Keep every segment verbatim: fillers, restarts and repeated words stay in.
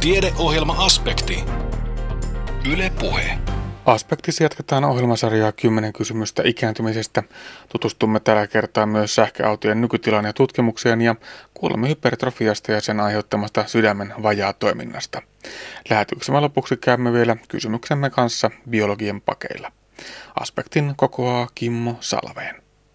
Tiedeohjelma-aspekti. Yle Puhe. Aspektissa jatketaan ohjelmasarjaa kymmenen kysymystä ikääntymisestä. Tutustumme tällä kertaa myös sähköautojen nykytilaan ja tutkimukseen ja kuulemme hypertrofiasta ja sen aiheuttamasta sydämen vajaatoiminnasta. Lähetyksemme lopuksi käymme vielä kysymyksemme kanssa biologian pakeilla. Aspektin kokoaa Kimmo Salveen.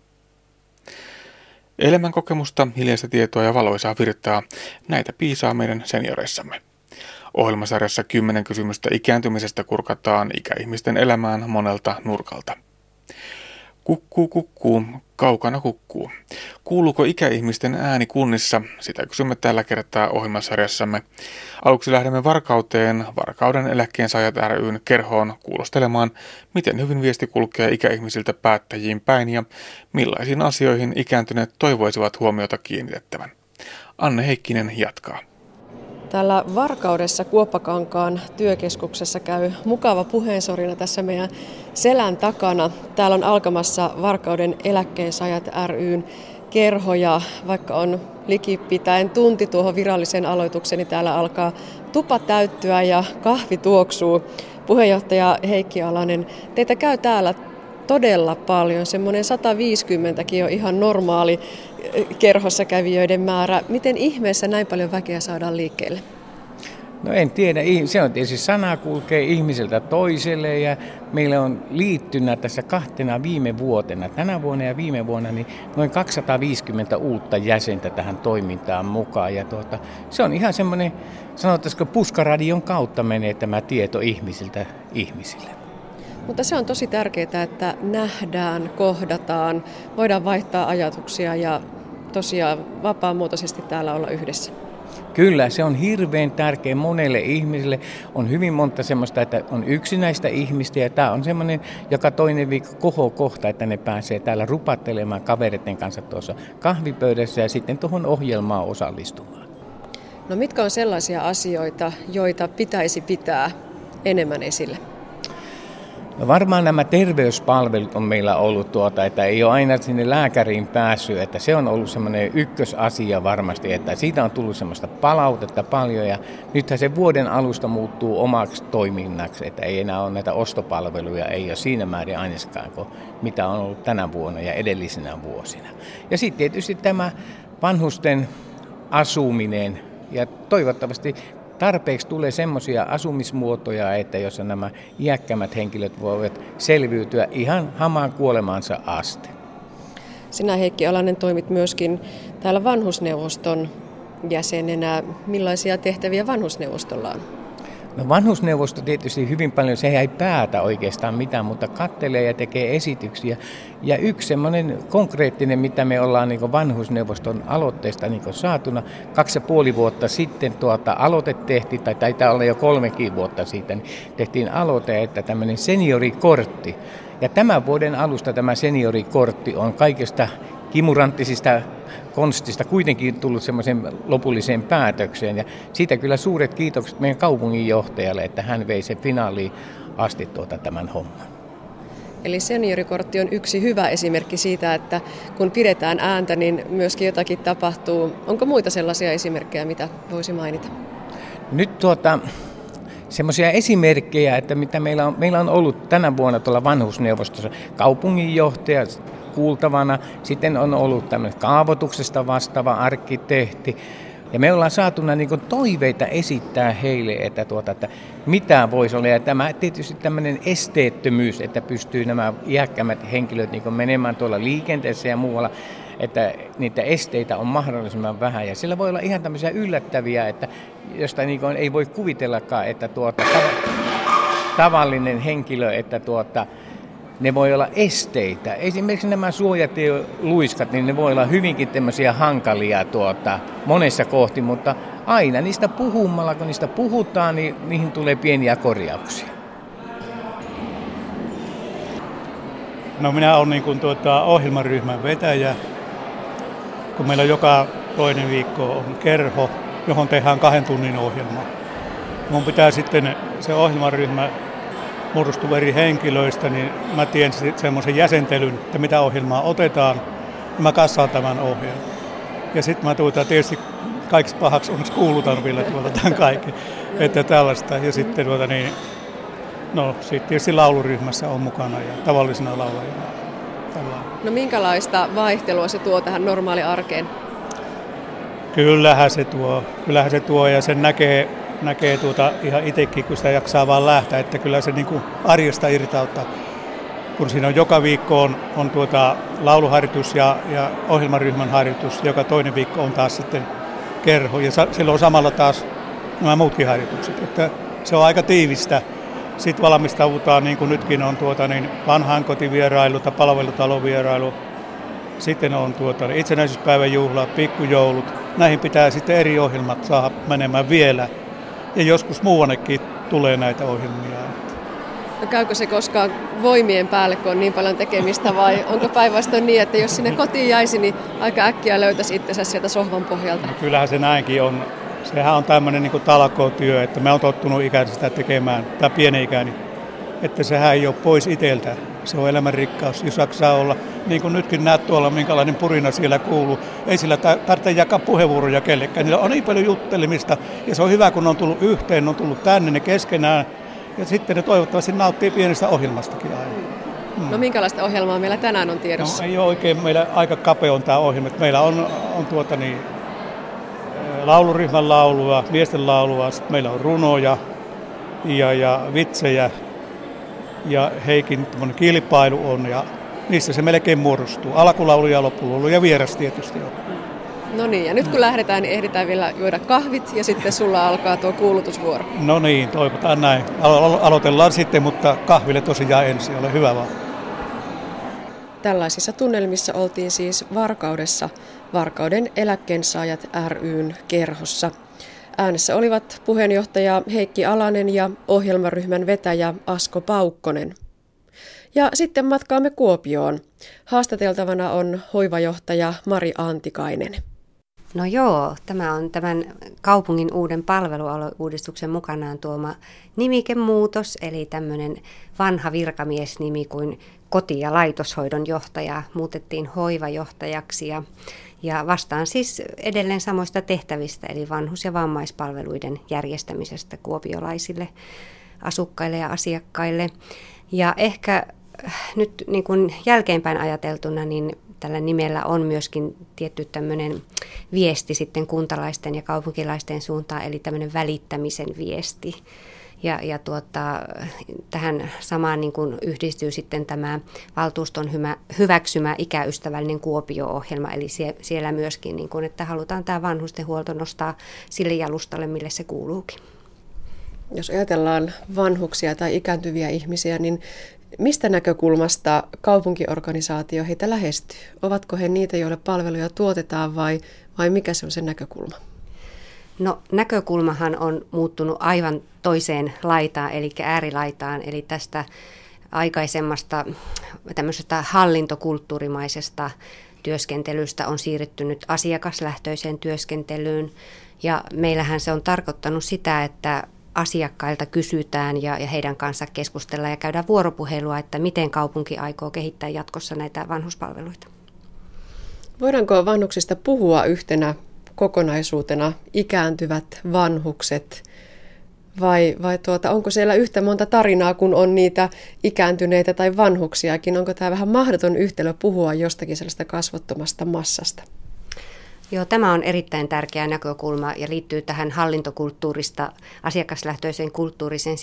Elämänkokemusta, hiljaista tietoa ja valoisaa virtaa, näitä piisaa meidän senioreissamme. Ohjelmasarjassa kymmenen kysymystä ikääntymisestä kurkataan ikäihmisten elämään monelta nurkalta. Kukkuu, kukkuu, kaukana kukkuu. Kuuluuko ikäihmisten ääni kunnissa? Sitä kysymme tällä kertaa ohjelmasarjassamme. Aluksi lähdemme Varkauteen, Varkauden eläkkeensaajat ry:n kerhoon kuulostelemaan, miten hyvin viesti kulkee ikäihmisiltä päättäjiin päin ja millaisiin asioihin ikääntyneet toivoisivat huomiota kiinnitettävän. Anne Heikkinen jatkaa. Täällä Varkaudessa Kuoppakankaan työkeskuksessa käy mukava puheensorina tässä meidän selän takana. Täällä on alkamassa Varkauden eläkkeensaajat ry:n kerho ja vaikka on likipitäen tunti tuohon virallisen aloitukseen, niin täällä alkaa tupa täyttyä ja kahvi tuoksuu. Puheenjohtaja Heikki Alanen, teitä käy täällä todella paljon, semmoinen sata viisikymmentäkin on ihan normaali kerhossa kävijöiden määrä. Miten ihmeessä näin paljon väkeä saadaan liikkeelle? No en tiedä, se on tietysti sana kulkee ihmiseltä toiselle ja meillä on liittynä tässä kahtena viime vuotena, tänä vuonna ja viime vuonna, niin noin kaksisataaviisikymmentä uutta jäsentä tähän toimintaan mukaan. Ja tuota, se on ihan semmoinen, sanottaisiko puskaradion kautta menee tämä tieto ihmisiltä ihmisille. Mutta se on tosi tärkeää, että nähdään, kohdataan, voidaan vaihtaa ajatuksia ja tosiaan vapaamuotoisesti täällä olla yhdessä. Kyllä, se on hirveän tärkeä monelle ihmiselle. On hyvin monta semmoista, että on yksinäistä ihmistä ja tämä on semmoinen joka toinen viikko kohokohta, että ne pääsee täällä rupattelemaan kavereiden kanssa tuossa kahvipöydässä ja sitten tuohon ohjelmaan osallistumaan. No mitkä on sellaisia asioita, joita pitäisi pitää enemmän esille? No varmaan nämä terveyspalvelut on meillä ollut tuota, että ei ole aina sinne lääkäriin päässyt, että se on ollut semmoinen ykkösasia varmasti, että siitä on tullut semmoista palautetta paljon ja nythän se vuoden alusta muuttuu omaksi toiminnaksi, että ei enää ole näitä ostopalveluja, ei ole siinä määrin aineskaan kuin mitä on ollut tänä vuonna ja edellisinä vuosina. Ja sitten tietysti tämä vanhusten asuminen ja toivottavasti tarpeeksi tulee semmoisia asumismuotoja, että jossa nämä iäkkämät henkilöt voivat selviytyä ihan hamaan kuolemaansa asti. Sinä Heikki Alanen toimit myöskin täällä vanhusneuvoston jäsenenä. Millaisia tehtäviä vanhusneuvostolla on? No vanhusneuvosto tietysti hyvin paljon, se ei päätä oikeastaan mitään, mutta kattelee ja tekee esityksiä. Ja yksi semmoinen konkreettinen, mitä me ollaan niin vanhusneuvoston aloitteesta niin saatuna, kaksi ja puoli vuotta sitten tuota aloite tehtiin, tai taitaa olla jo kolmekin vuotta siitä, niin tehtiin aloite, että tämmöinen seniorikortti. Ja tämän vuoden alusta tämä seniorikortti on kaikesta kimuranttisista konstista kuitenkin tullut semmoisen lopulliseen päätökseen. Ja siitä kyllä suuret kiitokset meidän kaupunginjohtajalle, että hän vei sen finaaliin asti tuota tämän homman. Eli seniorikortti on yksi hyvä esimerkki siitä, että kun pidetään ääntä, niin myöskin jotakin tapahtuu. Onko muita sellaisia esimerkkejä, mitä voisi mainita? Nyt tuota... Semmoisia esimerkkejä, että mitä meillä on, meillä on ollut tänä vuonna tuolla vanhusneuvostossa kaupunginjohtaja kuultavana, sitten on ollut tämmöinen kaavoituksesta vastaava arkkitehti, ja me ollaan saatuna niin kuin toiveita esittää heille, että, tuota, että mitä voisi olla, ja tämä tietysti tämmöinen esteettömyys, että pystyy nämä iäkkämät henkilöt niin kuin menemään tuolla liikenteessä ja muualla, että niitä esteitä on mahdollisimman vähän. Ja sillä voi olla ihan tämmöisiä yllättäviä, että josta niin kuin ei voi kuvitellakaan, että tuota, tav- tavallinen henkilö, että tuota, ne voi olla esteitä. Esimerkiksi nämä suojatieluiskat, niin ne voi olla hyvinkin tämmöisiä hankalia tuota, monessa kohti, mutta aina niistä puhumalla, kun niistä puhutaan, niin niihin tulee pieniä korjauksia. No minä olen niin kuin tuota, ohjelmaryhmän vetäjä, kun meillä joka toinen viikko on kerho, johon tehdään kahden tunnin ohjelma. Mun pitää sitten se ohjelmaryhmä muodostuu eri henkilöistä, niin mä teen semmoisen jäsentelyn, että mitä ohjelmaa otetaan, ja mä kassaan tämän ohjelman. Ja sitten mä tuota, tietysti kaikista pahaksi onneksi kuulutan vielä tuolta tämän kaiken. Että tällaista. Ja sitten tuota niin, no sitten tietysti lauluryhmässä on mukana ja tavallisena laulajana. Tällainen. No minkälaista vaihtelua se tuo tähän normaali arkeen? Kyllähän se tuo, kyllähän se tuo ja sen näkee, näkee tuota ihan itsekin, kun sitä jaksaa vaan lähteä, että kyllä se niin kuin arjesta irtauttaa. Kun siinä on joka viikko on, on tuota lauluharjoitus ja, ja ohjelmaryhmän harjoitus, joka toinen viikko on taas sitten kerho ja sa, silloin samalla taas nämä muutkin harjoitukset. Että se on aika tiivistä. Sitten valmistaudutaan, niin kuin nytkin on tuota, niin vanhainkotivierailu tai palvelutalovierailu. Sitten on tuota, itsenäisyyspäivän juhla, pikkujoulut. Näihin pitää sitten eri ohjelmat saada menemään vielä. Ja joskus muuannekin tulee näitä ohjelmia. No käykö se koskaan voimien päälle, kun on niin paljon tekemistä, vai onko päinvastoin niin, että jos sinne kotiin jäisi, niin aika äkkiä löytäisi itsensä sieltä sohvan pohjalta? No kyllähän se näinkin on. Sehän on tämmöinen niin kuin talkootyö, että mä oon tottunut ikäni sitä tekemään, tai pieni ikäni. Että sehän ei ole pois itseltä. Se on elämän rikkaus, jos jaksaa olla. Niin kuin nytkin näet tuolla, minkälainen purina siellä kuuluu. Ei sillä tarvitse jakaa puheenvuoroja kellekään. Niillä on niin paljon juttelemista. Ja se on hyvä, kun ne on tullut yhteen, ne on tullut tänne, ne keskenään. Ja sitten ne toivottavasti nauttii pienestä ohjelmastakin aina. Hmm. No minkälaista ohjelmaa meillä tänään on tiedossa? No ei ole oikein, meillä aika kapea on tämä ohjelma. Meillä on, on tuota niin, lauluryhmän laulua, miesten laulua, sitten meillä on runoja ja, ja vitsejä. Ja Heikin kilpailu on ja niistä se melkein muodostuu. Alkulaulu ja loppulaulu ja vieras tietysti on. No niin, ja nyt kun lähdetään, niin ehditään vielä juoda kahvit ja sitten sulla alkaa tuo kuulutusvuoro. No niin, toivotaan näin. Alo- aloitellaan sitten, mutta kahville tosiaan ensin. Ole hyvä vaan. Tällaisissa tunnelmissa oltiin siis Varkaudessa Varkauden eläkkeensaajat ry:n kerhossa. Äänessä olivat puheenjohtaja Heikki Alanen ja ohjelmaryhmän vetäjä Asko Paukkonen. Ja sitten matkaamme Kuopioon. Haastateltavana on hoivajohtaja Mari Antikainen. No joo, tämä on tämän kaupungin uuden palvelualueuudistuksen mukanaan tuoma nimikemuutos, eli tämmöinen vanha virkamiesnimi kuin koti- ja laitoshoidon johtaja muutettiin hoivajohtajaksi ja, ja vastaan siis edelleen samoista tehtävistä, eli vanhus- ja vammaispalveluiden järjestämisestä kuopiolaisille asukkaille ja asiakkaille. Ja ehkä nyt niin kuin jälkeenpäin ajateltuna, niin tällä nimellä on myöskin tietty tämmöinen viesti sitten kuntalaisten ja kaupunkilaisten suuntaan, eli tämmöinen välittämisen viesti. Ja, ja tuota, tähän samaan niin kuin yhdistyy sitten tämä valtuuston hyvä, hyväksymä ikäystävällinen Kuopio-ohjelma, eli sie, siellä myöskin, niin kuin, että halutaan tämä vanhustenhuolto nostaa sille jalustalle, mille se kuuluukin. Jos ajatellaan vanhuksia tai ikääntyviä ihmisiä, niin mistä näkökulmasta kaupunkiorganisaatio heitä lähestyy? Ovatko he niitä, joille palveluja tuotetaan vai, vai mikä se on se näkökulma? No näkökulmahan on muuttunut aivan toiseen laitaan, eli äärilaitaan, eli tästä aikaisemmasta tämmöisestä hallintokulttuurimaisesta työskentelystä on siirrytty nyt asiakaslähtöiseen työskentelyyn, ja meillähän se on tarkoittanut sitä, että asiakkailta kysytään ja, ja heidän kanssa keskustellaan ja käydään vuoropuhelua, että miten kaupunki aikoo kehittää jatkossa näitä vanhuspalveluita. Voidaanko vanhuksista puhua yhtenä kokonaisuutena, ikääntyvät vanhukset, vai, vai tuota, onko siellä yhtä monta tarinaa, kun on niitä ikääntyneitä tai vanhuksiakin? Onko tämä vähän mahdoton yhtälö puhua jostakin sellaista kasvottomasta massasta? Joo, tämä on erittäin tärkeä näkökulma ja liittyy tähän hallintokulttuurista asiakaslähtöiseen kulttuuriseen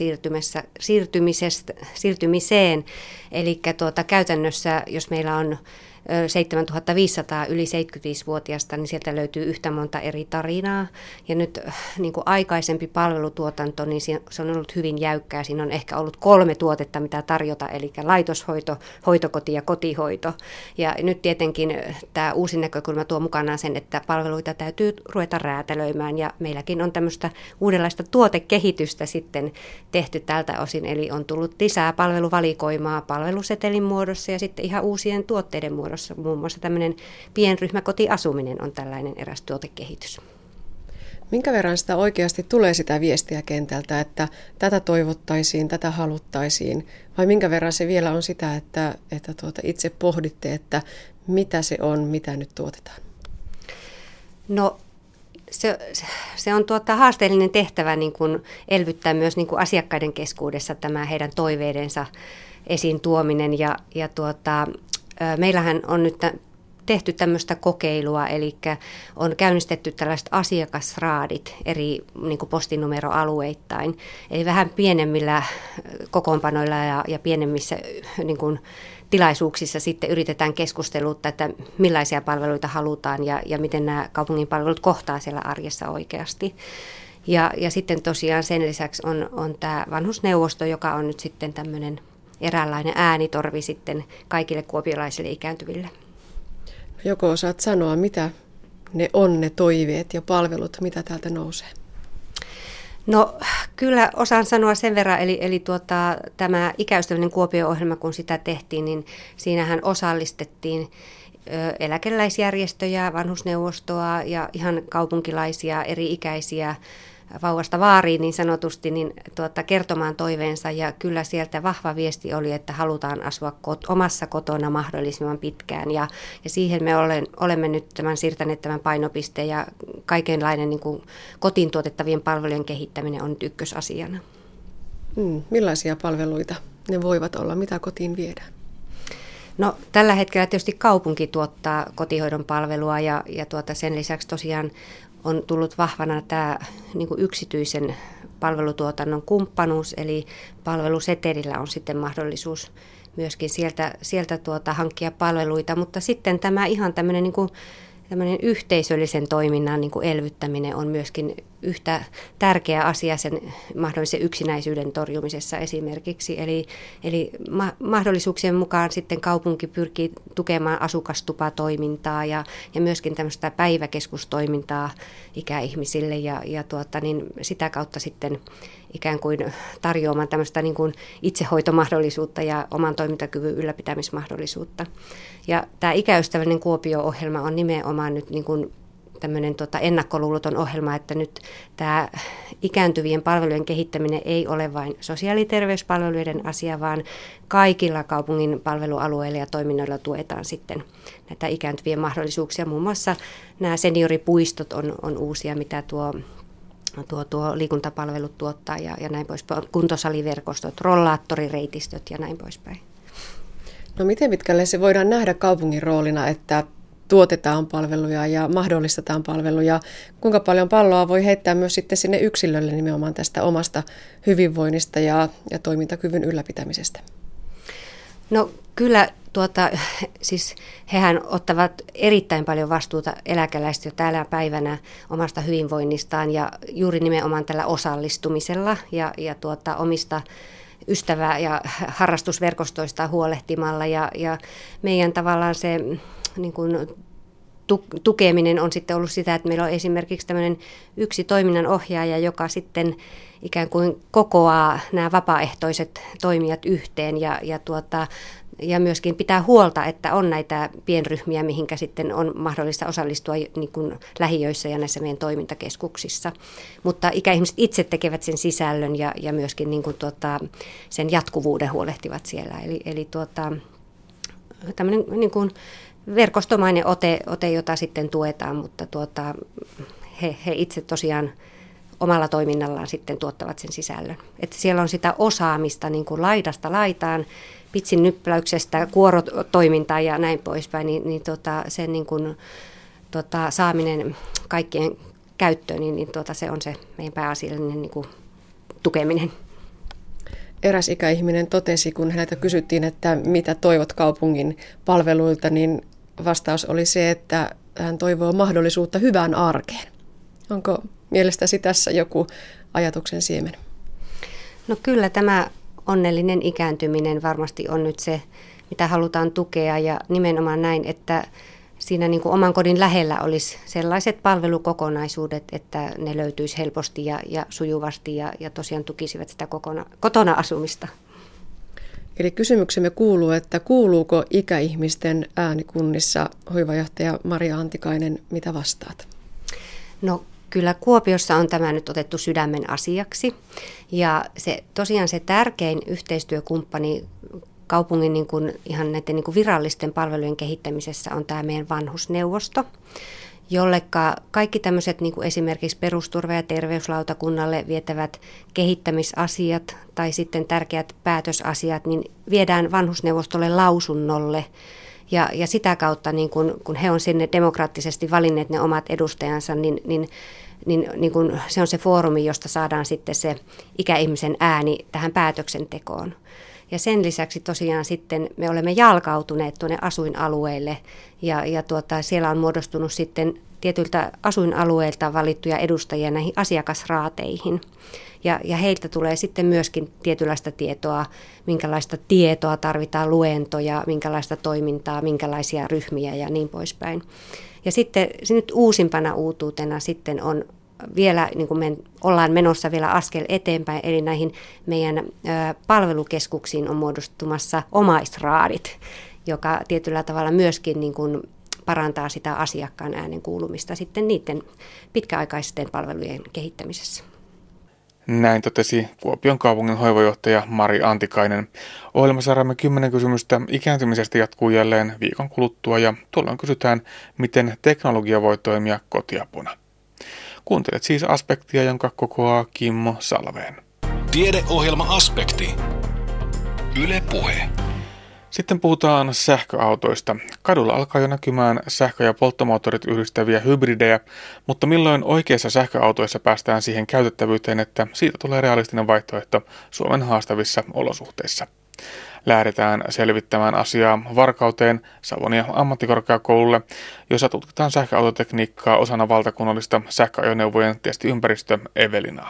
siirtymiseen. Eli tuota, käytännössä, jos meillä on seitsemäntuhattaviisisataa yli seitsemänkymmentäviisivuotiaista, niin sieltä löytyy yhtä monta eri tarinaa. Ja nyt niin kuin aikaisempi palvelutuotanto, niin se on ollut hyvin jäykkää. Siinä on ehkä ollut kolme tuotetta, mitä tarjota, eli laitoshoito, hoitokoti ja kotihoito. Ja nyt tietenkin tämä uusi näkökulma tuo mukanaan sen, että palveluita täytyy ruveta räätälöimään. Ja meilläkin on tämmöistä uudenlaista tuotekehitystä sitten tehty tältä osin. Eli on tullut lisää palveluvalikoimaa palvelusetelin muodossa ja sitten ihan uusien tuotteiden muodossa. Muun muassa tämmöinen pienryhmäkotiasuminen on tällainen eräs tuotekehitys. Minkä verran sitä oikeasti tulee sitä viestiä kentältä, että tätä toivottaisiin, tätä haluttaisiin, vai minkä verran se vielä on sitä, että, että tuota itse pohditte, että mitä se on, mitä nyt tuotetaan? No se, se on tuota haasteellinen tehtävä niin kuin elvyttää myös niin kuin asiakkaiden keskuudessa tämä heidän toiveidensa esiin tuominen. Ja, ja tuota, meillähän on nyt tehty tämmöistä kokeilua, eli on käynnistetty tällaiset asiakasraadit eri niin kuin postinumeroalueittain, eli vähän pienemmillä kokoonpanoilla ja, ja pienemmissä niin kuin tilaisuuksissa sitten yritetään keskusteluttaa, että millaisia palveluita halutaan ja, ja miten nämä kaupungin palvelut kohtaa siellä arjessa oikeasti. Ja, ja sitten tosiaan sen lisäksi on, on tämä vanhusneuvosto, joka on nyt sitten tämmöinen eräänlainen äänitorvi sitten kaikille kuopiolaisille ikääntyville. Joko osaat sanoa, mitä ne on ne toiveet ja palvelut, mitä täältä nousee? No kyllä osaan sanoa sen verran, eli, eli tuota, tämä ikäystävällinen Kuopio-ohjelma, kun sitä tehtiin, niin siinähän osallistettiin ö, eläkeläisjärjestöjä, vanhusneuvostoa ja ihan kaupunkilaisia eri ikäisiä vauvasta vaariin niin sanotusti niin tuota, kertomaan toiveensa, ja kyllä sieltä vahva viesti oli, että halutaan asua kot- omassa kotona mahdollisimman pitkään, ja, ja siihen me olen, olemme nyt tämän siirtäneet tämän painopisteen, ja kaikenlainen niin kuin kotiin tuotettavien palvelujen kehittäminen on nyt ykkösasiana. Hmm, millaisia palveluita ne voivat olla, mitä kotiin viedään? No, tällä hetkellä tietysti kaupunki tuottaa kotihoidon palvelua, ja, ja tuota, sen lisäksi tosiaan on tullut vahvana tämä niin kuin yksityisen palvelutuotannon kumppanuus, eli palvelusetelillä on sitten mahdollisuus myöskin sieltä, sieltä tuota, hankkia palveluita, mutta sitten tämä ihan tämmöinen niin kuin tämmöinen yhteisöllisen toiminnan niin kuin elvyttäminen on myöskin yhtä tärkeä asia sen mahdollisen yksinäisyyden torjumisessa esimerkiksi. Eli, eli ma- mahdollisuuksien mukaan sitten kaupunki pyrkii tukemaan asukastupatoimintaa ja, ja myöskin tämmöistä päiväkeskustoimintaa ikäihmisille ja, ja tuota, niin sitä kautta sitten ikään kuin tarjoamaan tämmöistä niin kuin itsehoitomahdollisuutta ja oman toimintakyvyn ylläpitämismahdollisuutta. Ja tämä ikäystävällinen Kuopio-ohjelma on nimenomaan nyt niin kuin tämmöinen tota ennakkoluuloton ohjelma, että nyt tämä ikääntyvien palvelujen kehittäminen ei ole vain sosiaali- ja terveyspalveluiden asia, vaan kaikilla kaupungin palvelualueilla ja toiminnoilla tuetaan sitten näitä ikääntyvien mahdollisuuksia. Muun muassa nämä senioripuistot on, on uusia, mitä tuo Tuo, tuo liikuntapalvelut tuottaa ja, ja näin poispäin, kuntosaliverkostot, rollaattorireitistöt ja näin poispäin. No miten pitkälle se voidaan nähdä kaupungin roolina, että tuotetaan palveluja ja mahdollistetaan palveluja? Kuinka paljon palloa voi heittää myös sitten sinne yksilölle nimenomaan tästä omasta hyvinvoinnista ja, ja toimintakyvyn ylläpitämisestä? No kyllä, tuota, siis hehän ottavat erittäin paljon vastuuta eläkeläiset jo täällä päivänä omasta hyvinvoinnistaan ja juuri nimenomaan tällä osallistumisella ja, ja tuota, omista ystävää- ja harrastusverkostoista huolehtimalla ja, ja meidän tavallaan se niin kuin, tukeminen on sitten ollut sitä, että meillä on esimerkiksi tämmöinen yksi toiminnan ohjaaja, joka sitten ikään kuin kokoaa nämä vapaaehtoiset toimijat yhteen ja, ja, tuota, ja myöskin pitää huolta, että on näitä pienryhmiä, mihinkä sitten on mahdollista osallistua niin kuin lähiöissä ja näissä meidän toimintakeskuksissa. Mutta ikäihmiset itse tekevät sen sisällön ja, ja myöskin niin kuin tuota, sen jatkuvuuden huolehtivat siellä. Eli, eli tuota, tämmöinen niin kuin verkostomainen ote, ote, jota sitten tuetaan, mutta tuota, he, he itse tosiaan omalla toiminnallaan sitten tuottavat sen sisällön. Että siellä on sitä osaamista niin kuin laidasta laitaan, pitsin nyppäyksestä, kuorotoimintaa ja näin poispäin, niin, niin tota, sen niin kuin, tota, saaminen kaikkien käyttöön, niin, niin tota, se on se meidän pääasiallinen niin kuin, tukeminen. Eräs ikäihminen totesi, kun häneltä kysyttiin, että mitä toivot kaupungin palveluilta, niin vastaus oli se, että hän toivoo mahdollisuutta hyvään arkeen. Onko mielestäsi tässä joku ajatuksen siemen? No kyllä tämä onnellinen ikääntyminen varmasti on nyt se, mitä halutaan tukea ja nimenomaan näin, että siinä niin kuin oman kodin lähellä olisi sellaiset palvelukokonaisuudet, että ne löytyisi helposti ja, ja sujuvasti ja, ja tosiaan tukisivat sitä kokona, kotona asumista. Eli kysymyksemme kuuluu, että kuuluuko ikäihmisten ääni kunnissa? Hoivajohtaja Maria Antikainen, mitä vastaat? No kyllä Kuopiossa on tämä nyt otettu sydämen asiaksi ja se, tosiaan se tärkein yhteistyökumppani kaupungin niin kuin, ihan näiden niin kuin virallisten palvelujen kehittämisessä on tämä meidän vanhusneuvosto, jolleka kaikki tämmöiset niin kuin esimerkiksi perusturva- ja terveyslautakunnalle vietävät kehittämisasiat tai sitten tärkeät päätösasiat, niin viedään vanhusneuvostolle lausunnolle. Ja, ja sitä kautta, niin kun, kun he on sinne demokraattisesti valinneet ne omat edustajansa, niin, niin, niin, niin kun se on se foorumi, josta saadaan sitten se ikäihmisen ääni tähän päätöksentekoon. Ja sen lisäksi tosiaan sitten me olemme jalkautuneet tuonne asuinalueille ja, ja tuota, siellä on muodostunut sitten tietyiltä asuinalueilta valittuja edustajia näihin asiakasraateihin. Ja, ja heiltä tulee sitten myöskin tietynlaista tietoa, minkälaista tietoa tarvitaan, luentoja, minkälaista toimintaa, minkälaisia ryhmiä ja niin poispäin. Ja sitten nyt uusimpana uutuutena sitten on vielä, niin kuin me ollaan menossa vielä askel eteenpäin, eli näihin meidän ö, palvelukeskuksiin on muodostumassa omaisraadit, joka tietyllä tavalla myöskin niin kuin parantaa sitä asiakkaan äänen kuulumista sitten niiden pitkäaikaisten palvelujen kehittämisessä. Näin totesi Kuopion kaupungin hoivajohtaja Mari Antikainen. Ohjelmasarjamme kymmenen kysymystä ikääntymisestä jatkuu jälleen viikon kuluttua ja tuolloin kysytään, miten teknologia voi toimia kotiapuna. Kuuntelet siis Aspektia, jonka kokoaa Kimmo Salveen. Tiedeohjelma-aspekti. Yle Puhe. Sitten puhutaan sähköautoista. Kadulla alkaa jo näkymään sähkö- ja polttomoottorit yhdistäviä hybridejä, mutta milloin oikeissa sähköautoissa päästään siihen käytettävyyteen, että siitä tulee realistinen vaihtoehto Suomen haastavissa olosuhteissa? Lähdetään selvittämään asiaa Varkauteen Savonia ammattikorkeakoululle, jossa tutkitaan sähköautotekniikkaa osana valtakunnallista sähköajoneuvojen testiympäristö Evelinaa.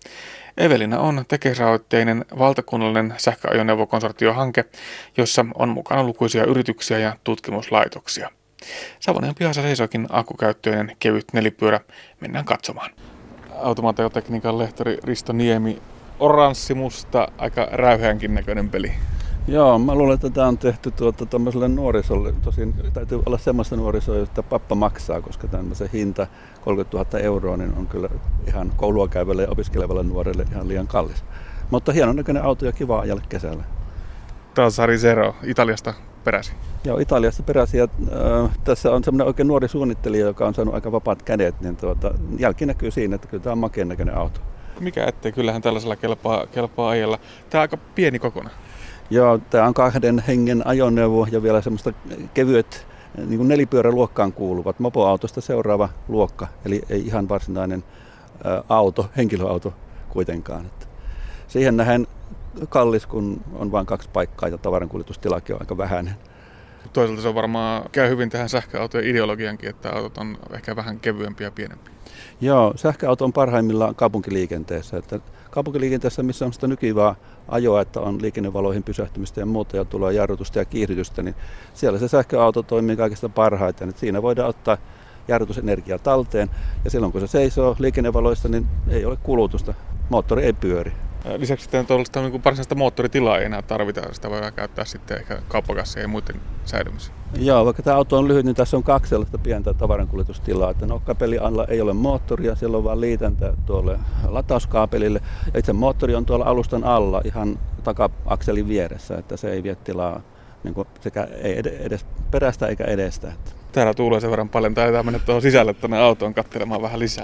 Evelina on tekesrahoitteinen valtakunnallinen sähköajoneuvokonsortiohanke, jossa on mukana lukuisia yrityksiä ja tutkimuslaitoksia. Savonian pihassa seisoikin akkukäyttöinen kevyt nelipyörä. Mennään katsomaan. Automaatiotekniikan lehtori Risto Niemi. Oranssi-musta, aika räyhäänkin näköinen peli. Joo, mä luulen, että tämä on tehty tuota, tuollaiselle nuorisolle. Tosin täytyy olla semmoista nuorisoa, josta pappa maksaa, koska tämmöisen hinta kolmekymmentätuhatta euroa niin on kyllä ihan koulua käyvälle ja opiskelevalle nuorelle ihan liian kallis. Mutta hienon näköinen auto ja kiva ajalle kesällä. Tämä on Sari Zero, Italiasta peräisin. Joo, Italiasta peräisin. Ja, äh, tässä on semmoinen oikein nuori suunnittelija, joka on saanut aika vapaat kädet. Niin tuota, jälki näkyy siinä, että kyllä tämä on makeen näköinen auto. Mikä ettei, kyllähän tällaisella kelpaa, kelpaa ajella. Tämä on aika pieni kokona. Joo, tämä on kahden hengen ajoneuvo ja vielä semmoista kevyet niin kuin nelipyöräluokkaan kuuluvat. Mopoautosta seuraava luokka, eli ei ihan varsinainen ä, auto, henkilöauto kuitenkaan. Että siihen nähden kallis, kun on vain kaksi paikkaa ja tavarankuljetustilakin on aika vähäinen. Toisaalta se on varmaan käy hyvin tähän sähköautojen ideologiankin, että autot on ehkä vähän kevyempiä ja pienempiä. Joo, sähköauto on parhaimmillaan kaupunkiliikenteessä. Että kaupunkiliikenteessä, missä on sitä nykivää ajoa, että on liikennevaloihin pysähtymistä ja muuta ja tulee jarrutusta ja kiihdytystä, niin siellä se sähköauto toimii kaikista parhaiten. Että siinä voidaan ottaa jarrutusenergia talteen ja silloin kun se seisoo liikennevaloissa, niin ei ole kulutusta. Moottori ei pyöri. Lisäksi sitten tuollaista niin varsinaista moottoritilaa ei enää tarvita. Sitä voidaan käyttää sitten ehkä kauppakassia ja muiden säilymisiin. Joo, vaikka tämä auto on lyhyt, niin tässä on kaksi sellaista pientä tavarankuljetustilaa. Että nokkapelin alla ei ole moottoria, siellä on vain liitäntä tuolle latauskaapelille. Ja itse moottori on tuolla alustan alla ihan taka-akselin vieressä, että se ei vie tilaa niin kuin sekä ei edes perästä eikä edestä. Täällä tuulee sen verran paljon. Taitaa mennä tuohon sisälle tuonne autoon katselemaan vähän lisää.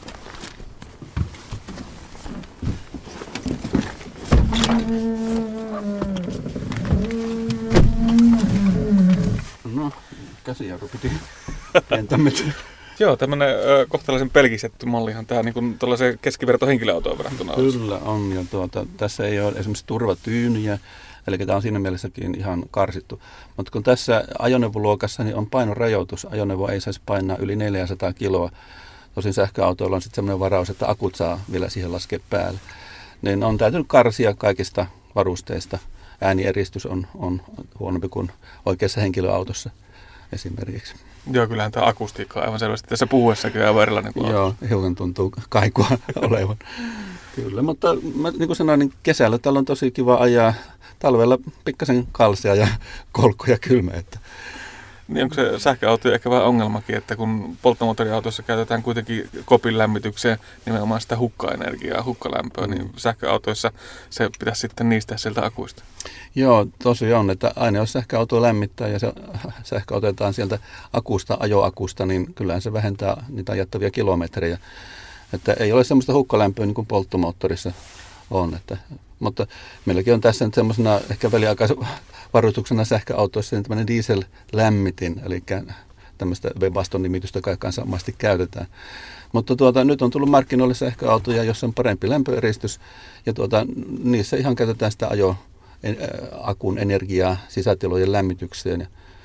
No, käsijarru piti pientämme. Joo, tämmöinen ö, kohtalaisen pelkistetty mallihan tämä niin tuollaiseen keskivertohenkilöautoon verrattuna. Kyllä on, ja tuota, tässä ei ole esimerkiksi turvatyynyjä, eli tämä on siinä mielessäkin ihan karsittu. Mutta kun tässä ajoneuvoluokassa niin on painorajoitus, ajoneuvo ei saisi painaa yli neljäsataa kiloa. Tosin sähköautoilla on sitten semmoinen varaus, että akut saa vielä siihen laskea päälle. Niin on täytynyt karsia kaikista varusteista. Äänieristys on, on huonompi kuin oikeassa henkilöautossa esimerkiksi. Joo, kyllähän tämä akustiikka on aivan selvästi tässä puhuessakin aivan erilainen kuin Joo, hiukan tuntuu kaikua olevan. Kyllä, mutta mä, niin kuin sanoin, niin kesällä täällä on tosi kiva ajaa. Talvella pikkasen kalsia ja kolkkuja kylmä. Että. Niin onko se sähköauto ehkä vähän ongelmakin, että kun polttomoottoriautossa käytetään kuitenkin kopin lämmitykseen nimenomaan sitä hukkaenergiaa, hukkalämpöä, mm. niin sähköautoissa se pitäisi sitten niistä sieltä akuista. Joo, tosiaan on, että aina jos sähköauto lämmittää ja se sähkö otetaan sieltä akusta, ajoakusta, niin kyllähän se vähentää niitä ajattavia kilometrejä. Että ei ole semmoista hukkalämpöä niin kuin polttomoottorissa on. Että, mutta meilläkin on tässä nyt semmoisena ehkä väliaikaisen varoituksena sähköautoissa niin tämmöinen diesel-lämmitin, eli tämmöistä Webasto-nimitystä kai kansainvälisesti käytetään. Mutta tuota, nyt on tullut markkinoille sähköautoja, jossa on parempi lämpöeristys, ja tuota, niissä ihan käytetään sitä ajo akun energiaa sisätilojen lämmitykseen. Ja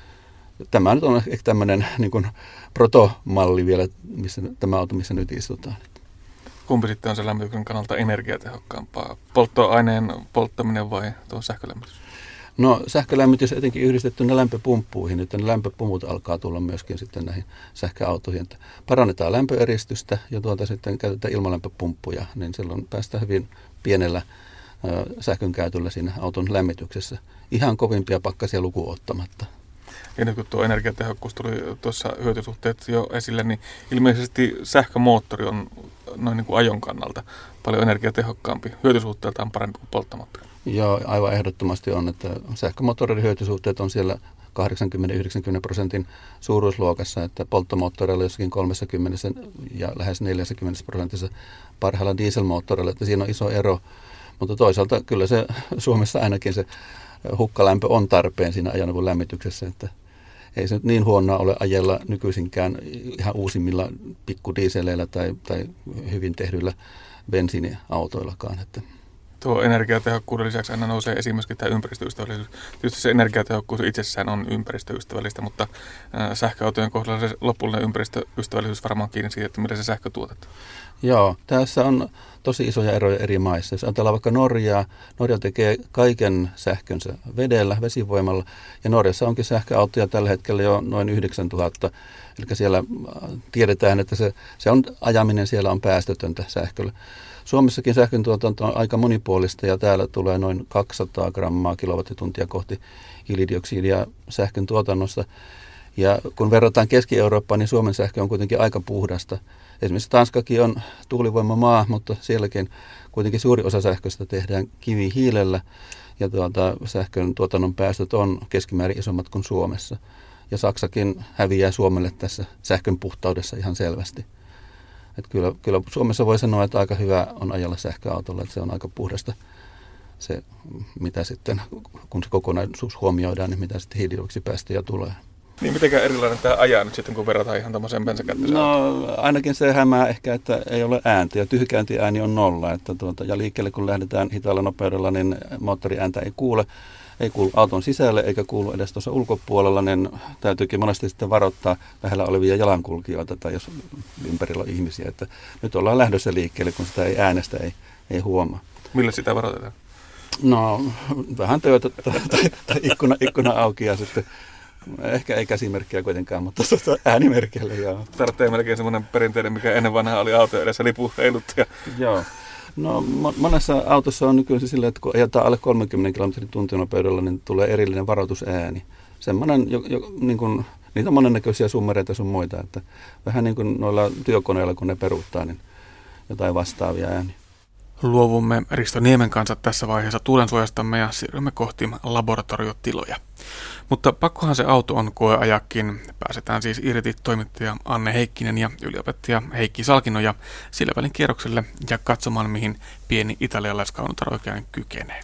tämä nyt on ehkä tämmöinen niin kuin protomalli vielä, missä, tämä auto, missä nyt istutaan. Kumpi sitten on se lämmityksen kannalta energiatehokkaampaa? Polttoaineen polttaminen vai tuo sähkölämmitys? No sähkölämmitys etenkin yhdistettynä lämpöpumppuihin, että ne lämpöpumput alkaa tulla myöskin sitten näihin sähköautoihin. Että parannetaan lämpöeristystä ja tuota sitten käytetään ilmalämpöpumppuja, niin silloin päästään hyvin pienellä ö, sähkön käytöllä siinä auton lämmityksessä. Ihan kovimpia pakkasia lukuun ottamatta. Ja nyt kun tuo energiatehokkuus tuli tuossa hyötysuhteet jo esille, niin ilmeisesti sähkömoottori on noin niin kuin ajon kannalta paljon energiatehokkaampi, hyötysuhteeltaan parempi kuin polttomoottori. Joo, aivan ehdottomasti on, että sähkömoottoreiden hyötysuhteet on siellä kahdeksankymmentä yhdeksänkymmentä prosentin suuruusluokassa, että polttomoottoreilla jossakin kolmekymmentä ja lähes neljäkymmentä prosentissa parhailla dieselmoottoreilla, että siinä on iso ero. Mutta toisaalta kyllä se Suomessa ainakin se hukkalämpö on tarpeen siinä ajoneuvon lämmityksessä, että ei se nyt niin huonoa ole ajella nykyisinkään ihan uusimmilla pikkudiiseleillä tai, tai hyvin tehdyillä bensiiniautoillakaan. Että. Tuo energiatehokkuuden lisäksi aina nousee esiin myöskin tämä ympäristöystävällisyys. Tietysti se energiatehokkuus itsessään on ympäristöystävällistä, mutta sähköautojen kohdalla se lopullinen ympäristöystävällisyys varmaan kiinni siitä, että miten se sähkö tuotetaan. Joo, tässä on tosi isoja eroja eri maissa. Jos ajatellaan vaikka Norjaa, Norja tekee kaiken sähkönsä vedellä, vesivoimalla, ja Norjassa onkin sähköautoja tällä hetkellä jo noin yhdeksäntuhatta. Eli siellä tiedetään, että se, se on, ajaminen siellä on päästötöntä sähköllä. Suomessakin sähkön tuotanto on aika monipuolista, ja täällä tulee noin kaksisataa grammaa kilowattituntia kohti hiilidioksidia sähkön tuotannosta. Ja kun verrataan Keski-Eurooppaan, niin Suomen sähkö on kuitenkin aika puhdasta. Esimerkiksi Tanskakin on tuulivoimamaa, mutta sielläkin kuitenkin suuri osa sähköstä tehdään kivihiilellä. Ja tuota, sähkön tuotannon päästöt on keskimäärin isommat kuin Suomessa. Ja Saksakin häviää Suomelle tässä sähkön puhtaudessa ihan selvästi. Että kyllä, kyllä Suomessa voi sanoa, että aika hyvä on ajalla sähköautolla, että se on aika puhdasta se, mitä sitten, kun se kokonaisuus huomioidaan, niin mitä sitten hiilidioksidipäästöjä tulee. Niin mitenkään erilainen tämä ajaa nyt sitten, kun verrataan ihan tämmöiseen bensakäyttöiseen? No ainakin se hämää ehkä, että ei ole ääntä ja tyhkäyntiääni on nolla. Että tuota, ja liikkeelle kun lähdetään hitaalla nopeudella, niin moottoriääntä ei kuule. Ei kuulu auton sisälle eikä kuulu edes tuossa ulkopuolella, niin täytyykin monesti sitten varoittaa lähellä olevia jalankulkijoita tai jos ympärillä on ihmisiä. Että nyt ollaan lähdössä liikkeelle, kun sitä ei äänestä, ei, ei huomaa. Millä sitä varoitetaan? No vähän töitä tai, tai, tai ikkuna, ikkuna auki ja sitten ehkä ei käsimerkkiä kuitenkaan, mutta äänimerkillä joo. Tarvitsee melkein semmoinen perinteinen, mikä ennen vanhaa oli auto edessä lipu heiluttaja. Joo. No monessa autossa on nykyisin sillä, että kun ajetaan alle kolmekymmentä kilometrin tuntinopeudella, niin tulee erillinen varoitusääni. Semmoinen, jo, jo, niin kuin, niitä on monennäköisiä summereita sun muita, että vähän niin kuin noilla työkoneilla, kun ne peruuttaa, niin jotain vastaavia ääniä. Luovumme Risto Niemen kanssa tässä vaiheessa tuulensuojastamme ja siirrymme kohti laboratoriotiloja. Mutta pakkohan se auto on koeajakin. Pääsetään siis irti toimittaja Anne Heikkinen ja yliopettaja Heikki Salkinoja sillä välin kierrokselle ja katsomaan, mihin pieni italialaiskaunotar oikein kykenee.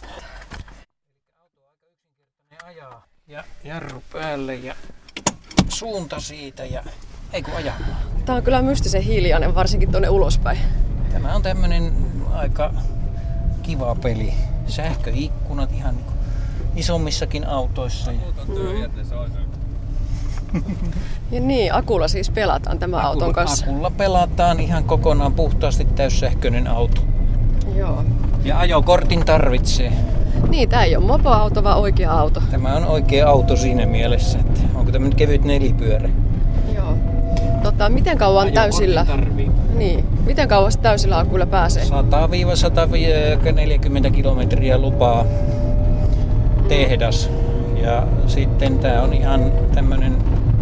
Ajaa ja jarru päälle ja suunta siitä ja ei kun ajaa. Tämä on kyllä mystisen hiljainen, varsinkin tuonne ulospäin. Tämä on tämmönen aika kiva peli. Sähköikkunat ihan niin kuin isommissakin autoissa. Ja niin, akulla siis pelataan tämä akulla, auton kanssa. Akulla pelataan ihan kokonaan puhtaasti täyssähköinen auto. Joo. Ja ajokortin tarvitsee. Niin, tämä ei ole mopoauto, vaan oikea auto. Tämä on oikea auto siinä mielessä, että onko tämmöinen kevyt nelipyörä. Joo. Tota, miten kauan ajokortin täysillä? Tarvii. Niin, miten kauan täysillä akuilla pääsee? sata sata neljäkymmentä kilometriä lupaa tehdas. Ja sitten tää on ihan tämmönen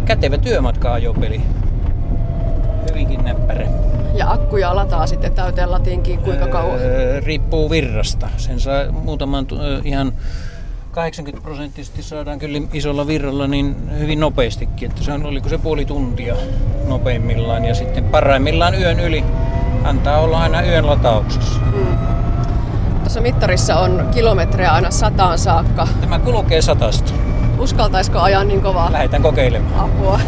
kätevä työmatka-ajopeli. Hyvinkin näppärä. Ja akkuja lataa sitten täyteen latiinkin kuinka kauan? Öö, riippuu virrasta. Sen saa muutaman ö, ihan kahdeksankymmentä prosenttisesti saadaan kyllä isolla virralla niin hyvin nopeastikin. Että se on, oliko se puoli tuntia nopeimmillaan ja sitten parhaimmillaan yön yli antaa olla aina yön latauksessa. Hmm. Tuossa mittarissa on kilometrejä aina sataan saakka. Tämä kulkee satasta. Uskaltaisiko ajaa niin kovaa? Lähdetään kokeilemaan. Apua.